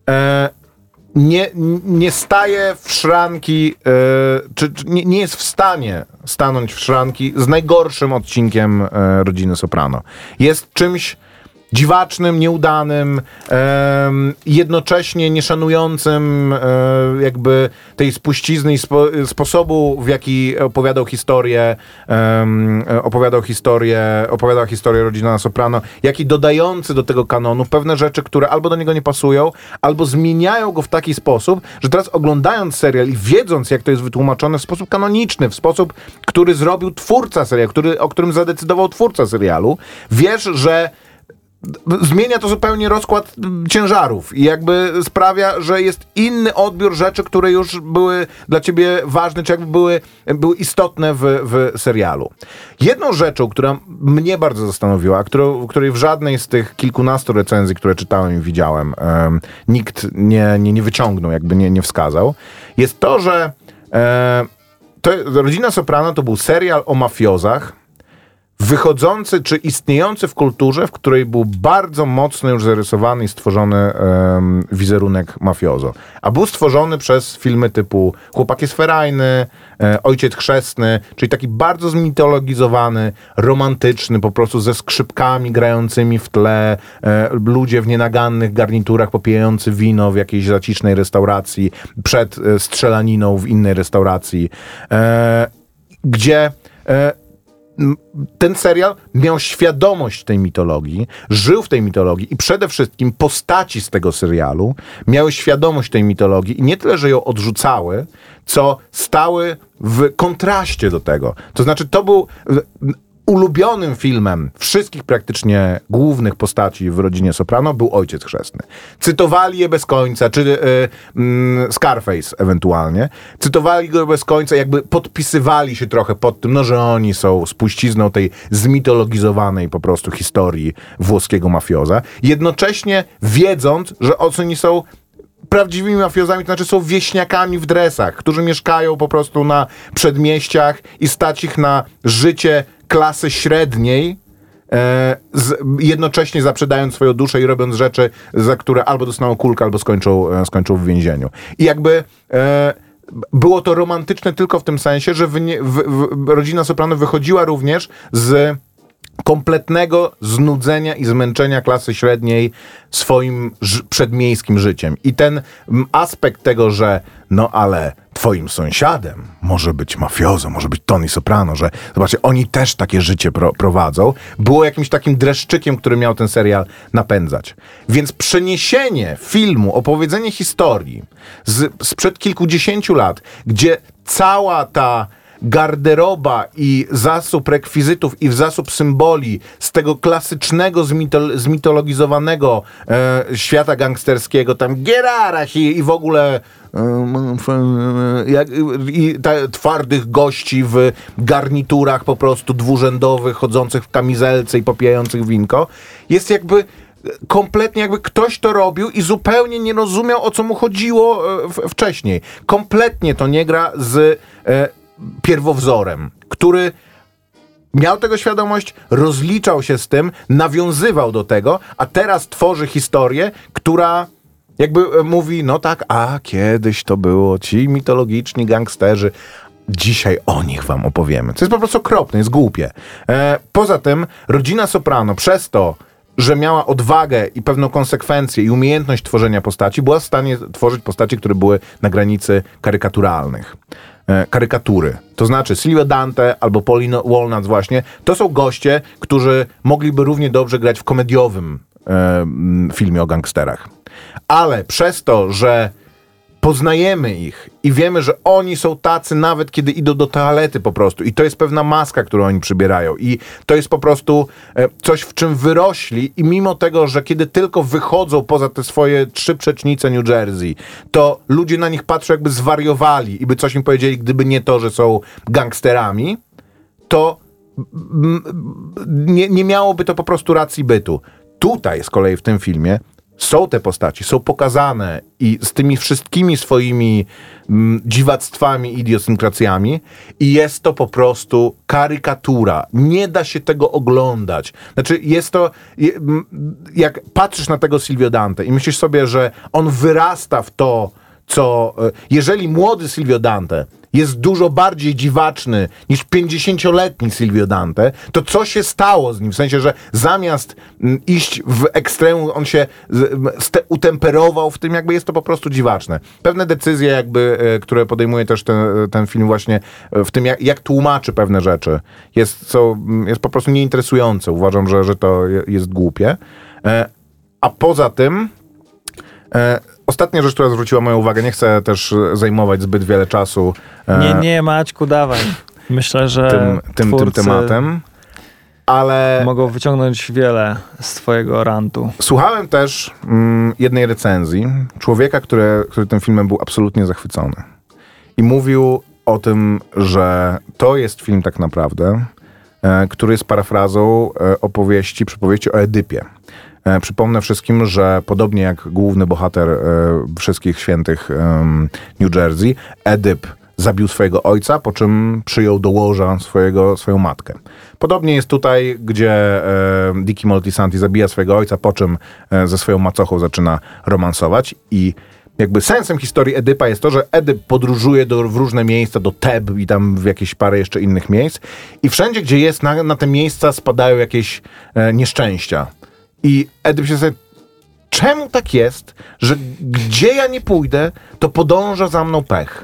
Nie staje w szranki, czy nie jest w stanie stanąć w szranki z najgorszym odcinkiem Rodziny Soprano. Jest czymś dziwacznym, nieudanym, jednocześnie nieszanującym jakby tej spuścizny i sposobu, w jaki opowiadał historię Rodzina Soprano, jak i dodający do tego kanonu pewne rzeczy, które albo do niego nie pasują, albo zmieniają go w taki sposób, że teraz oglądając serial i wiedząc, jak to jest wytłumaczone w sposób kanoniczny, w sposób, który zrobił twórca serialu, o którym zadecydował twórca serialu, wiesz, że zmienia to zupełnie rozkład ciężarów i jakby sprawia, że jest inny odbiór rzeczy, które już były dla ciebie ważne, czy jakby były istotne w serialu. Jedną rzeczą, która mnie bardzo zastanowiła, której w żadnej z tych kilkunastu recenzji, które czytałem i widziałem, nikt nie wyciągnął, jakby nie wskazał, jest to, że Rodzina Soprano to był serial o mafiozach, wychodzący czy istniejący w kulturze, w której był bardzo mocno już zarysowany i stworzony wizerunek mafiozo. A był stworzony przez filmy typu Chłopak jest ferajny, Ojciec chrzestny, czyli taki bardzo zmitologizowany, romantyczny, po prostu ze skrzypkami grającymi w tle, ludzie w nienagannych garniturach popijający wino w jakiejś zacisznej restauracji, przed strzelaniną w innej restauracji, gdzie ten serial miał świadomość tej mitologii, żył w tej mitologii i przede wszystkim postaci z tego serialu miały świadomość tej mitologii i nie tyle, że ją odrzucały, co stały w kontraście do tego. To znaczy, to był ulubionym filmem wszystkich praktycznie głównych postaci w Rodzinie Soprano był Ojciec chrzestny. Cytowali je bez końca, czy Scarface ewentualnie. Cytowali go bez końca, jakby podpisywali się trochę pod tym, że oni są spuścizną tej zmitologizowanej po prostu historii włoskiego mafioza. Jednocześnie wiedząc, że oni są prawdziwymi mafiozami, to znaczy są wieśniakami w dresach, którzy mieszkają po prostu na przedmieściach i stać ich na życie klasy średniej jednocześnie zaprzedając swoją duszę i robiąc rzeczy, za które albo dostaną kulkę, albo skończą w więzieniu. I jakby było to romantyczne tylko w tym sensie, że rodzina Soprano wychodziła również z kompletnego znudzenia i zmęczenia klasy średniej swoim przedmiejskim życiem. I ten aspekt tego, że no ale twoim sąsiadem może być mafiozo, może być Tony Soprano, że zobaczcie, oni też takie życie prowadzą, było jakimś takim dreszczykiem, który miał ten serial napędzać. Więc przeniesienie filmu, opowiedzenie historii sprzed kilkudziesięciu lat, gdzie cała ta garderoba i zasób rekwizytów i zasób symboli z tego klasycznego, zmitologizowanego świata gangsterskiego, tam Gerarachi i w ogóle twardych gości w garniturach po prostu dwurzędowych, chodzących w kamizelce i popijających winko, jest jakby kompletnie jakby ktoś to robił i zupełnie nie rozumiał, o co mu chodziło wcześniej. Kompletnie to nie gra z pierwowzorem, który miał tego świadomość, rozliczał się z tym, nawiązywał do tego, a teraz tworzy historię, która jakby mówi, no tak, a kiedyś to było ci mitologiczni gangsterzy, dzisiaj o nich wam opowiemy. Co jest po prostu okropne, jest głupie. Poza tym rodzina Soprano przez to, że miała odwagę i pewną konsekwencję i umiejętność tworzenia postaci, była w stanie tworzyć postaci, które były na granicy karykaturalnych. Karykatury. To znaczy Silvio Dante albo Paulina Walnuts właśnie, to są goście, którzy mogliby równie dobrze grać w komediowym filmie o gangsterach. Ale przez to, że poznajemy ich i wiemy, że oni są tacy nawet kiedy idą do toalety po prostu i to jest pewna maska, którą oni przybierają i to jest po prostu coś, w czym wyrośli i mimo tego, że kiedy tylko wychodzą poza te swoje 3 przecznice New Jersey, to ludzie na nich patrzą jakby zwariowali i by coś im powiedzieli, gdyby nie to, że są gangsterami, to nie miałoby to po prostu racji bytu. Tutaj z kolei w tym filmie są te postaci, są pokazane i z tymi wszystkimi swoimi dziwactwami i idiosynkracjami i jest to po prostu karykatura. Nie da się tego oglądać. Znaczy jest to, jak patrzysz na tego Silvio Dante i myślisz sobie, że on wyrasta w to, co... Jeżeli młody Silvio Dante jest dużo bardziej dziwaczny niż 50-letni Silvio Dante, to co się stało z nim? W sensie, że zamiast iść w ekstremum, on się utemperował w tym, jakby jest to po prostu dziwaczne. Pewne decyzje jakby, które podejmuje też ten film właśnie w tym, jak tłumaczy pewne rzeczy, jest po prostu nieinteresujące. Uważam, że to jest głupie. A poza tym ostatnia rzecz, która zwróciła moją uwagę, nie chcę też zajmować zbyt wiele czasu. Nie, Maćku, dawaj. Myślę, że tym tematem, ale mogą wyciągnąć wiele z twojego rantu. Słuchałem też jednej recenzji człowieka, który tym filmem był absolutnie zachwycony. I mówił o tym, że to jest film tak naprawdę, który jest parafrazą przypowieści o Edypie. Przypomnę wszystkim, że podobnie jak główny bohater Wszystkich Świętych New Jersey, Edyp zabił swojego ojca, po czym przyjął do łoża swoją matkę. Podobnie jest tutaj, gdzie Dicky Moltisanti zabija swojego ojca, po czym ze swoją macochą zaczyna romansować i jakby sensem historii Edypa jest to, że Edyp podróżuje w różne miejsca, do Teb i tam w jakieś parę jeszcze innych miejsc i wszędzie, gdzie jest, na te miejsca spadają jakieś nieszczęścia. I Edyp się zastanawiał, czemu tak jest, że gdzie ja nie pójdę, to podąża za mną pech.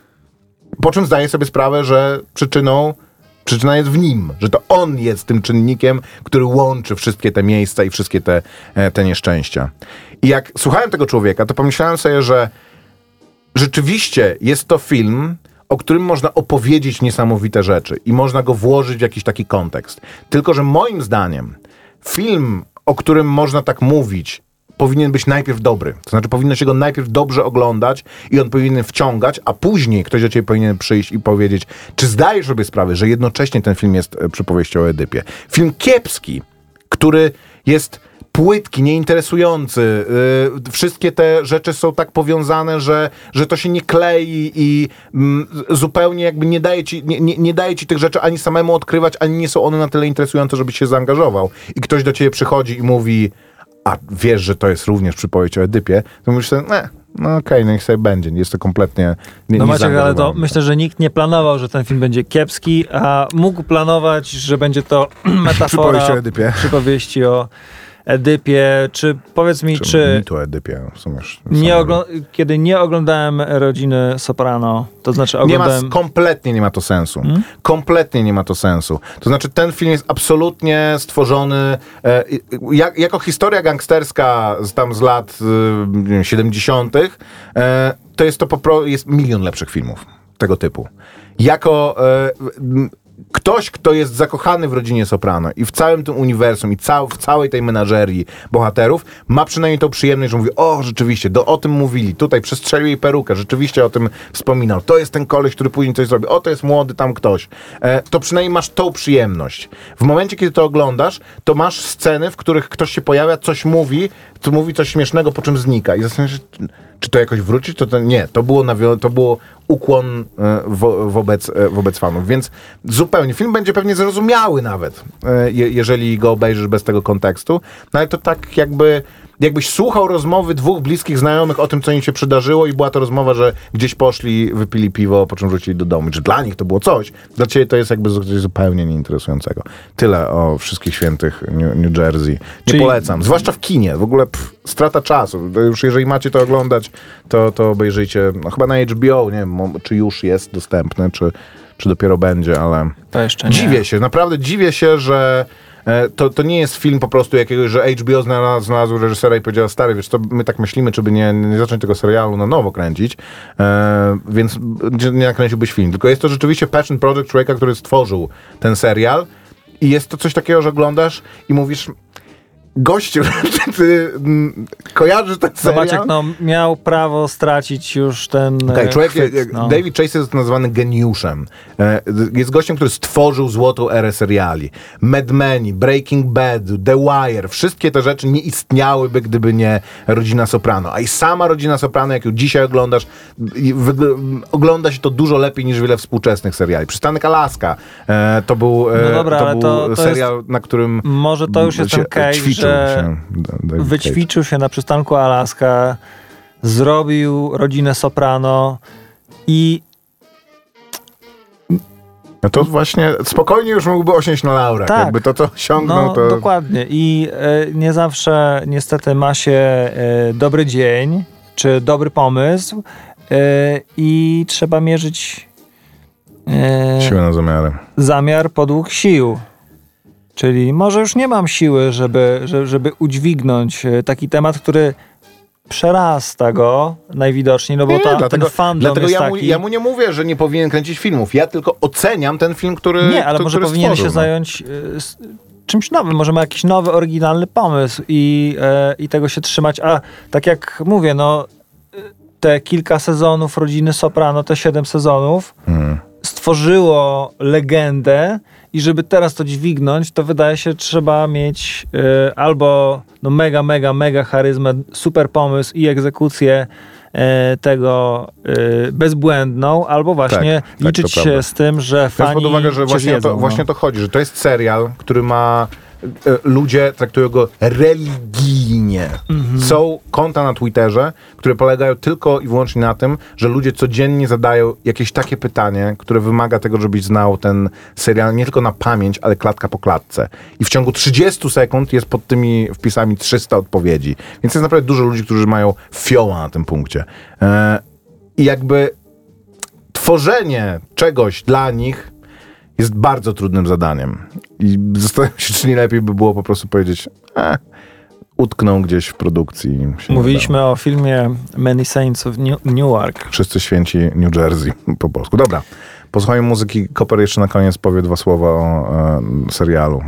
Po czym zdaje sobie sprawę, że przyczyna jest w nim, że to on jest tym czynnikiem, który łączy wszystkie te miejsca i wszystkie te nieszczęścia. I jak słuchałem tego człowieka, to pomyślałem sobie, że rzeczywiście jest to film, o którym można opowiedzieć niesamowite rzeczy i można go włożyć w jakiś taki kontekst. Tylko że moim zdaniem film, o którym można tak mówić, powinien być najpierw dobry. To znaczy powinno się go najpierw dobrze oglądać i on powinien wciągać, a później ktoś do ciebie powinien przyjść i powiedzieć, czy zdajesz sobie sprawę, że jednocześnie ten film jest przypowieścią o Edypie. Film kiepski, który jest płytki, nieinteresujący. Wszystkie te rzeczy są tak powiązane, że to się nie klei i zupełnie jakby nie daje ci tych rzeczy ani samemu odkrywać, ani nie są one na tyle interesujące, żebyś się zaangażował. I ktoś do ciebie przychodzi i mówi, a wiesz, że to jest również przypowieść o Edypie, to mówisz sobie, no okej, niech sobie będzie. Jest to kompletnie No Maciek, ale to myślę, że nikt nie planował, że ten film będzie kiepski, a mógł planować, że będzie to metafora przypowieści o Edypie, czy powiedz mi, czy mitu o Edypie, w sumie kiedy nie oglądałem Rodziny Soprano, to znaczy oglądałem... Kompletnie nie ma to sensu. Kompletnie nie ma to sensu. To znaczy ten film jest absolutnie stworzony jako historia gangsterska z lat 70. To jest jest milion lepszych filmów tego typu. Jako ktoś, kto jest zakochany w Rodzinie Soprano i w całym tym uniwersum i w całej tej menażerii bohaterów, ma przynajmniej tą przyjemność, że mówi, o rzeczywiście, o tym mówili, tutaj przestrzelił jej perukę, rzeczywiście o tym wspominał, to jest ten koleś, który później coś zrobi, to jest młody tam ktoś. To przynajmniej masz tą przyjemność. W momencie, kiedy to oglądasz, to masz sceny, w których ktoś się pojawia, coś mówi coś śmiesznego, po czym znika i zastanawiasz się, czy to jakoś wróci? Nie, to było ukłon wobec fanów, więc zupełnie. Film będzie pewnie zrozumiały nawet, jeżeli go obejrzysz bez tego kontekstu, no ale to tak jakbyś słuchał rozmowy dwóch bliskich znajomych o tym, co im się przydarzyło i była to rozmowa, że gdzieś poszli, wypili piwo, po czym wrócili do domu. Czy dla nich to było coś? Dla ciebie to jest jakby coś zupełnie nieinteresującego. Tyle o Wszystkich Świętych New Jersey. Nie polecam. Zwłaszcza w kinie. W ogóle strata czasu. To już jeżeli macie to oglądać, to obejrzyjcie. No, chyba na HBO, nie wiem, czy już jest dostępne, czy dopiero będzie, ale to jeszcze nie. Naprawdę dziwię się, że to nie jest film po prostu jakiegoś, że HBO znalazł reżysera i powiedział, stary, wiesz co, my tak myślimy, czy by nie zacząć tego serialu na nowo kręcić, więc nie nakręciłbyś film. Tylko jest to rzeczywiście passion project człowieka, który stworzył ten serial i jest to coś takiego, że oglądasz i mówisz, gościu, ty kojarzysz ten serial? Maciek, miał prawo stracić już ten David Chase jest nazwany geniuszem. Jest gościem, który stworzył złotą erę seriali. Mad Men, Breaking Bad, The Wire, wszystkie te rzeczy nie istniałyby, gdyby nie Rodzina Soprano. A i sama Rodzina Soprano, jak ją dzisiaj oglądasz, ogląda się to dużo lepiej niż wiele współczesnych seriali. Przystanek Alaska to był serial, na którym może to już jest ten case, że wyćwiczył się na przystanku Alaska, zrobił Rodzinę Soprano i no to właśnie spokojnie już mógłby osiąść na laurach. Tak. Jakby to osiągnął, to... Dokładnie. I nie zawsze niestety ma się dobry dzień, czy dobry pomysł i trzeba mierzyć siłę na zamiary. Zamiar podług sił. Czyli może już nie mam siły, żeby udźwignąć taki temat, który przerasta go najwidoczniej, no bo ten fandom jest taki... Ja mu nie mówię, że nie powinien kręcić filmów. Ja tylko oceniam ten film, który nie, ale może powinien się zająć czymś nowym. Może ma jakiś nowy, oryginalny pomysł i tego się trzymać. A tak jak mówię, te kilka sezonów Rodziny Soprano, te 7 sezonów stworzyło legendę i żeby teraz to dźwignąć, to wydaje się, trzeba mieć albo mega charyzmę, super pomysł i egzekucję tego bezbłędną, albo właśnie liczyć się z tym, że fani pod uwagę, że właśnie to chodzi, że to jest serial, który ma ludzie traktują go religijnie. Są konta na Twitterze, które polegają tylko i wyłącznie na tym, że ludzie codziennie zadają jakieś takie pytanie, które wymaga tego, żebyś znał ten serial nie tylko na pamięć, ale klatka po klatce. I w ciągu 30 sekund jest pod tymi wpisami 300 odpowiedzi. Więc jest naprawdę dużo ludzi, którzy mają fioła na tym punkcie. I jakby tworzenie czegoś dla nich jest bardzo trudnym zadaniem. I zastanawiam się, czy nie lepiej by było po prostu powiedzieć, utknął gdzieś w produkcji. Mówiliśmy o filmie Many Saints of Newark. Wszyscy Święci New Jersey po polsku. Dobra, posłuchajmy muzyki. Koper jeszcze na koniec powie 2 słowa o serialu.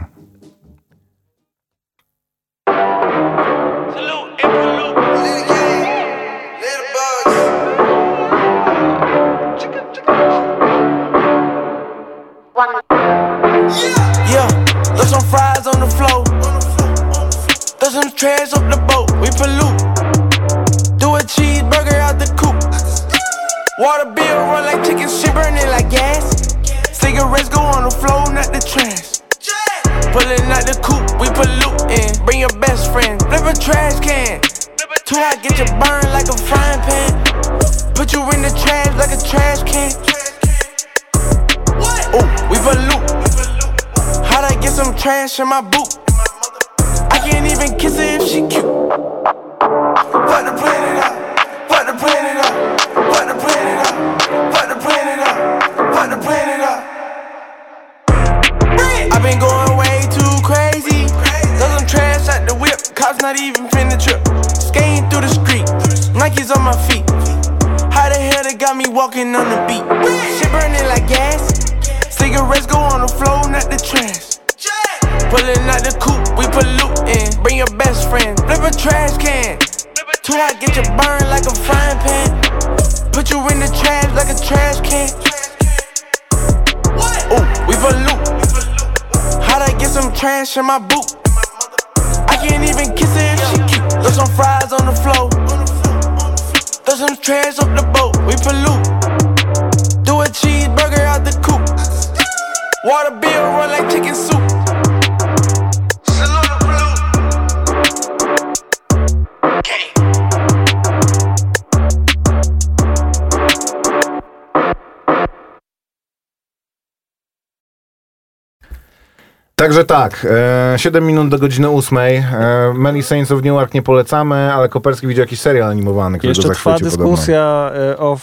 Yeah, there's some fries on the floor. There's some trash up the boat, we pollute. Do a cheeseburger out the coop. Water bill run like chicken, shit burning like gas. Cigarettes go on the floor, not the trash. Pulling out the coop, we polluting. Bring your best friend, flip a trash can. Too hot, get you burned like a frying pan. Put you in the trash like a trash can. Ooh, we pollute. How'd I get some trash in my boot? I can't even kiss her if she cute. Fuck the planet up, fuck the planet up, fuck the planet up, fuck the planet up, fuck the planet up. I've been going way too crazy. Throw some trash at the whip, cops not even finna trip. Skating through the street, Nikes on my feet. How the hell they got me walking on the beat? Shit burning like gas. Cigarettes go on the floor, not the trash. Pulling out the coop, we polluting. Bring your best friend, flip a trash can. Too hot, get you burned like a frying pan. Put you in the trash like a trash can. Ooh, we pollute. How'd I get some trash in my boot? I can't even kiss her if she cute. Throw some fries on the floor. Throw some trash up the boat, we pollute. Do a cheeseburger out the coop. Water bill run like chicken soup. Także tak, 7 minut do godziny 8. Many Saints of Newark nie polecamy, ale Koperski widział jakiś serial animowany, który Jeszcze go trwa zachwycił dyskusja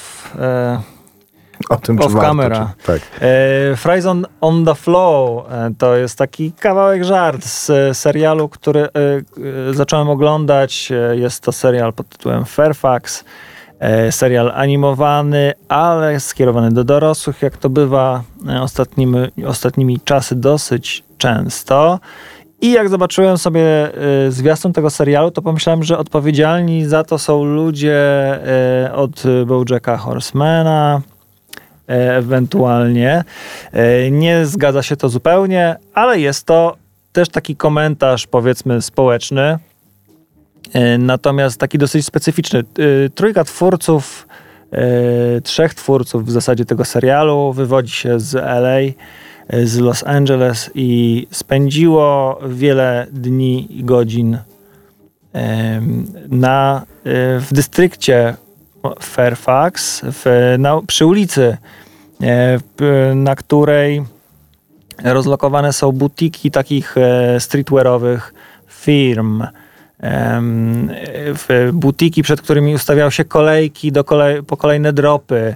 o tym, czy off warto, camera. czy, tak. Fries on the Flow to jest taki kawałek żart z serialu, który zacząłem oglądać. Jest to serial pod tytułem Fairfax. Serial animowany, ale skierowany do dorosłych, jak to bywa ostatnimi czasy dosyć często. I jak zobaczyłem sobie zwiastun tego serialu, to pomyślałem, że odpowiedzialni za to są ludzie od BoJacka Horsemana, ewentualnie. Nie zgadza się to zupełnie, ale jest to też taki komentarz, powiedzmy, społeczny. Natomiast taki dosyć specyficzny. Trójka twórców, 3 twórców w zasadzie tego serialu wywodzi się z LA, z Los Angeles i spędziło wiele dni i godzin w dystrykcie Fairfax, przy ulicy, na której rozlokowane są butiki takich streetwearowych firm. Butiki, przed którymi ustawiały się kolejki po kolejne dropy,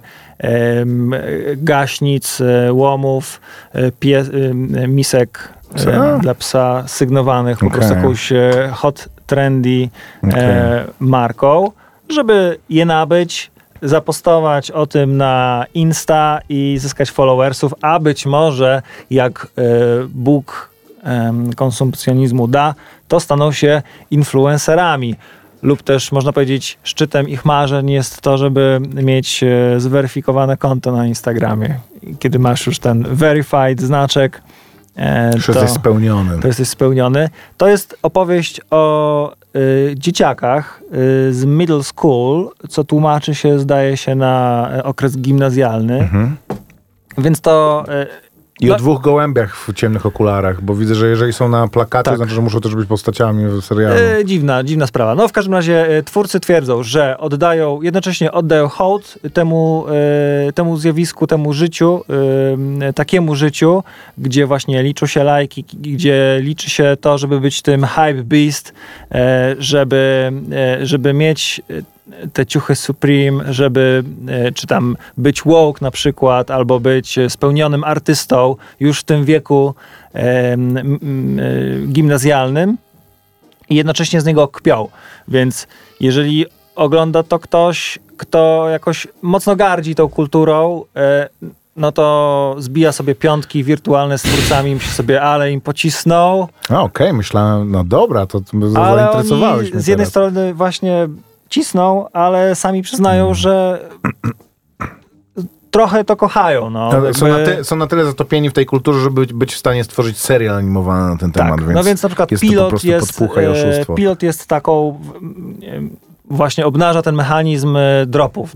gaśnic, łomów, misek dla psa sygnowanych po prostu jakąś hot, trendy marką, żeby je nabyć, zapostować o tym na Insta i zyskać followersów, a być może jak Bóg konsumpcjonizmu da, to staną się influencerami. Lub też można powiedzieć, szczytem ich marzeń jest to, żeby mieć zweryfikowane konto na Instagramie. Kiedy masz już ten verified znaczek, to jesteś spełniony. To jesteś spełniony. To jest opowieść o dzieciakach z middle school, co tłumaczy się, zdaje się, na okres gimnazjalny. Mhm. Więc to... I o 2 gołębiach w ciemnych okularach, bo widzę, że jeżeli są na plakacie, tak, to znaczy, że muszą też być postaciami w serialu. Dziwna sprawa. No w każdym razie twórcy twierdzą, że jednocześnie oddają hołd temu zjawisku, temu życiu, takiemu życiu, gdzie właśnie liczą się lajki, gdzie liczy się to, żeby być tym hype beast, żeby mieć te ciuchy Supreme, żeby czy tam być woke na przykład, albo być spełnionym artystą już w tym wieku gimnazjalnym i jednocześnie z niego kpią. Więc jeżeli ogląda to ktoś, kto jakoś mocno gardzi tą kulturą, no to zbija sobie piątki wirtualne z twórcami, myśli sobie, ale im pocisnął. Okej, myślałem, no dobra, to ale zainteresowałeś mnie z jednej strony właśnie cisną, ale sami przyznają, że trochę to kochają. No. Są na tyle zatopieni w tej kulturze, żeby być w stanie stworzyć serial animowany na ten temat. Tak, więc na przykład jest Pilot jest taką... Właśnie obnaża ten mechanizm dropów.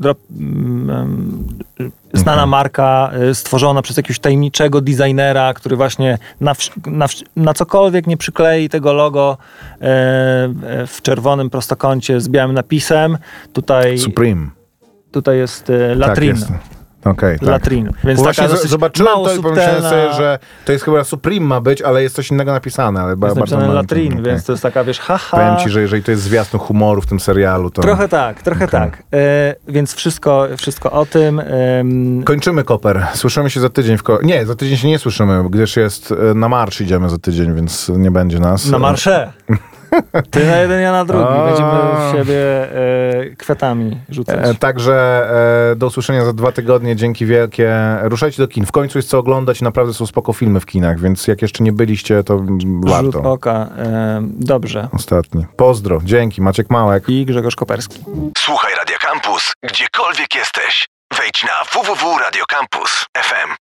Znana marka stworzona przez jakiegoś tajemniczego designera, który właśnie na cokolwiek nie przyklei tego logo w czerwonym prostokącie z białym napisem. Supreme. Tutaj jest latrin. Tak, tak. Latrin. Więc właśnie zobaczyłem mało to i pomyślałem sobie, że to jest chyba Supreme ma być, ale jest coś innego napisane. Ale jest bardzo napisane latrin, więc to jest taka, wiesz, haha. Powiem ci, że jeżeli to jest zwiastun humoru w tym serialu, to... Trochę tak. Więc wszystko o tym. Kończymy Koper. Słyszymy się za tydzień. Nie, za tydzień się nie słyszymy, gdyż jest na marsz idziemy za tydzień, więc nie będzie nas. Na marsze. Ty na jeden, ja na drugi. Będziemy w siebie kwiatami rzucać. Także do usłyszenia za 2 tygodnie. Dzięki wielkie. Ruszajcie do kin. W końcu jest co oglądać i naprawdę są spoko filmy w kinach, więc jak jeszcze nie byliście, to warto. Rzut oka. Dobrze. Ostatni. Pozdro. Dzięki. Maciek Małek. I Grzegorz Koperski. Słuchaj Radia Campus, gdziekolwiek jesteś. Wejdź na www.radiocampus.fm.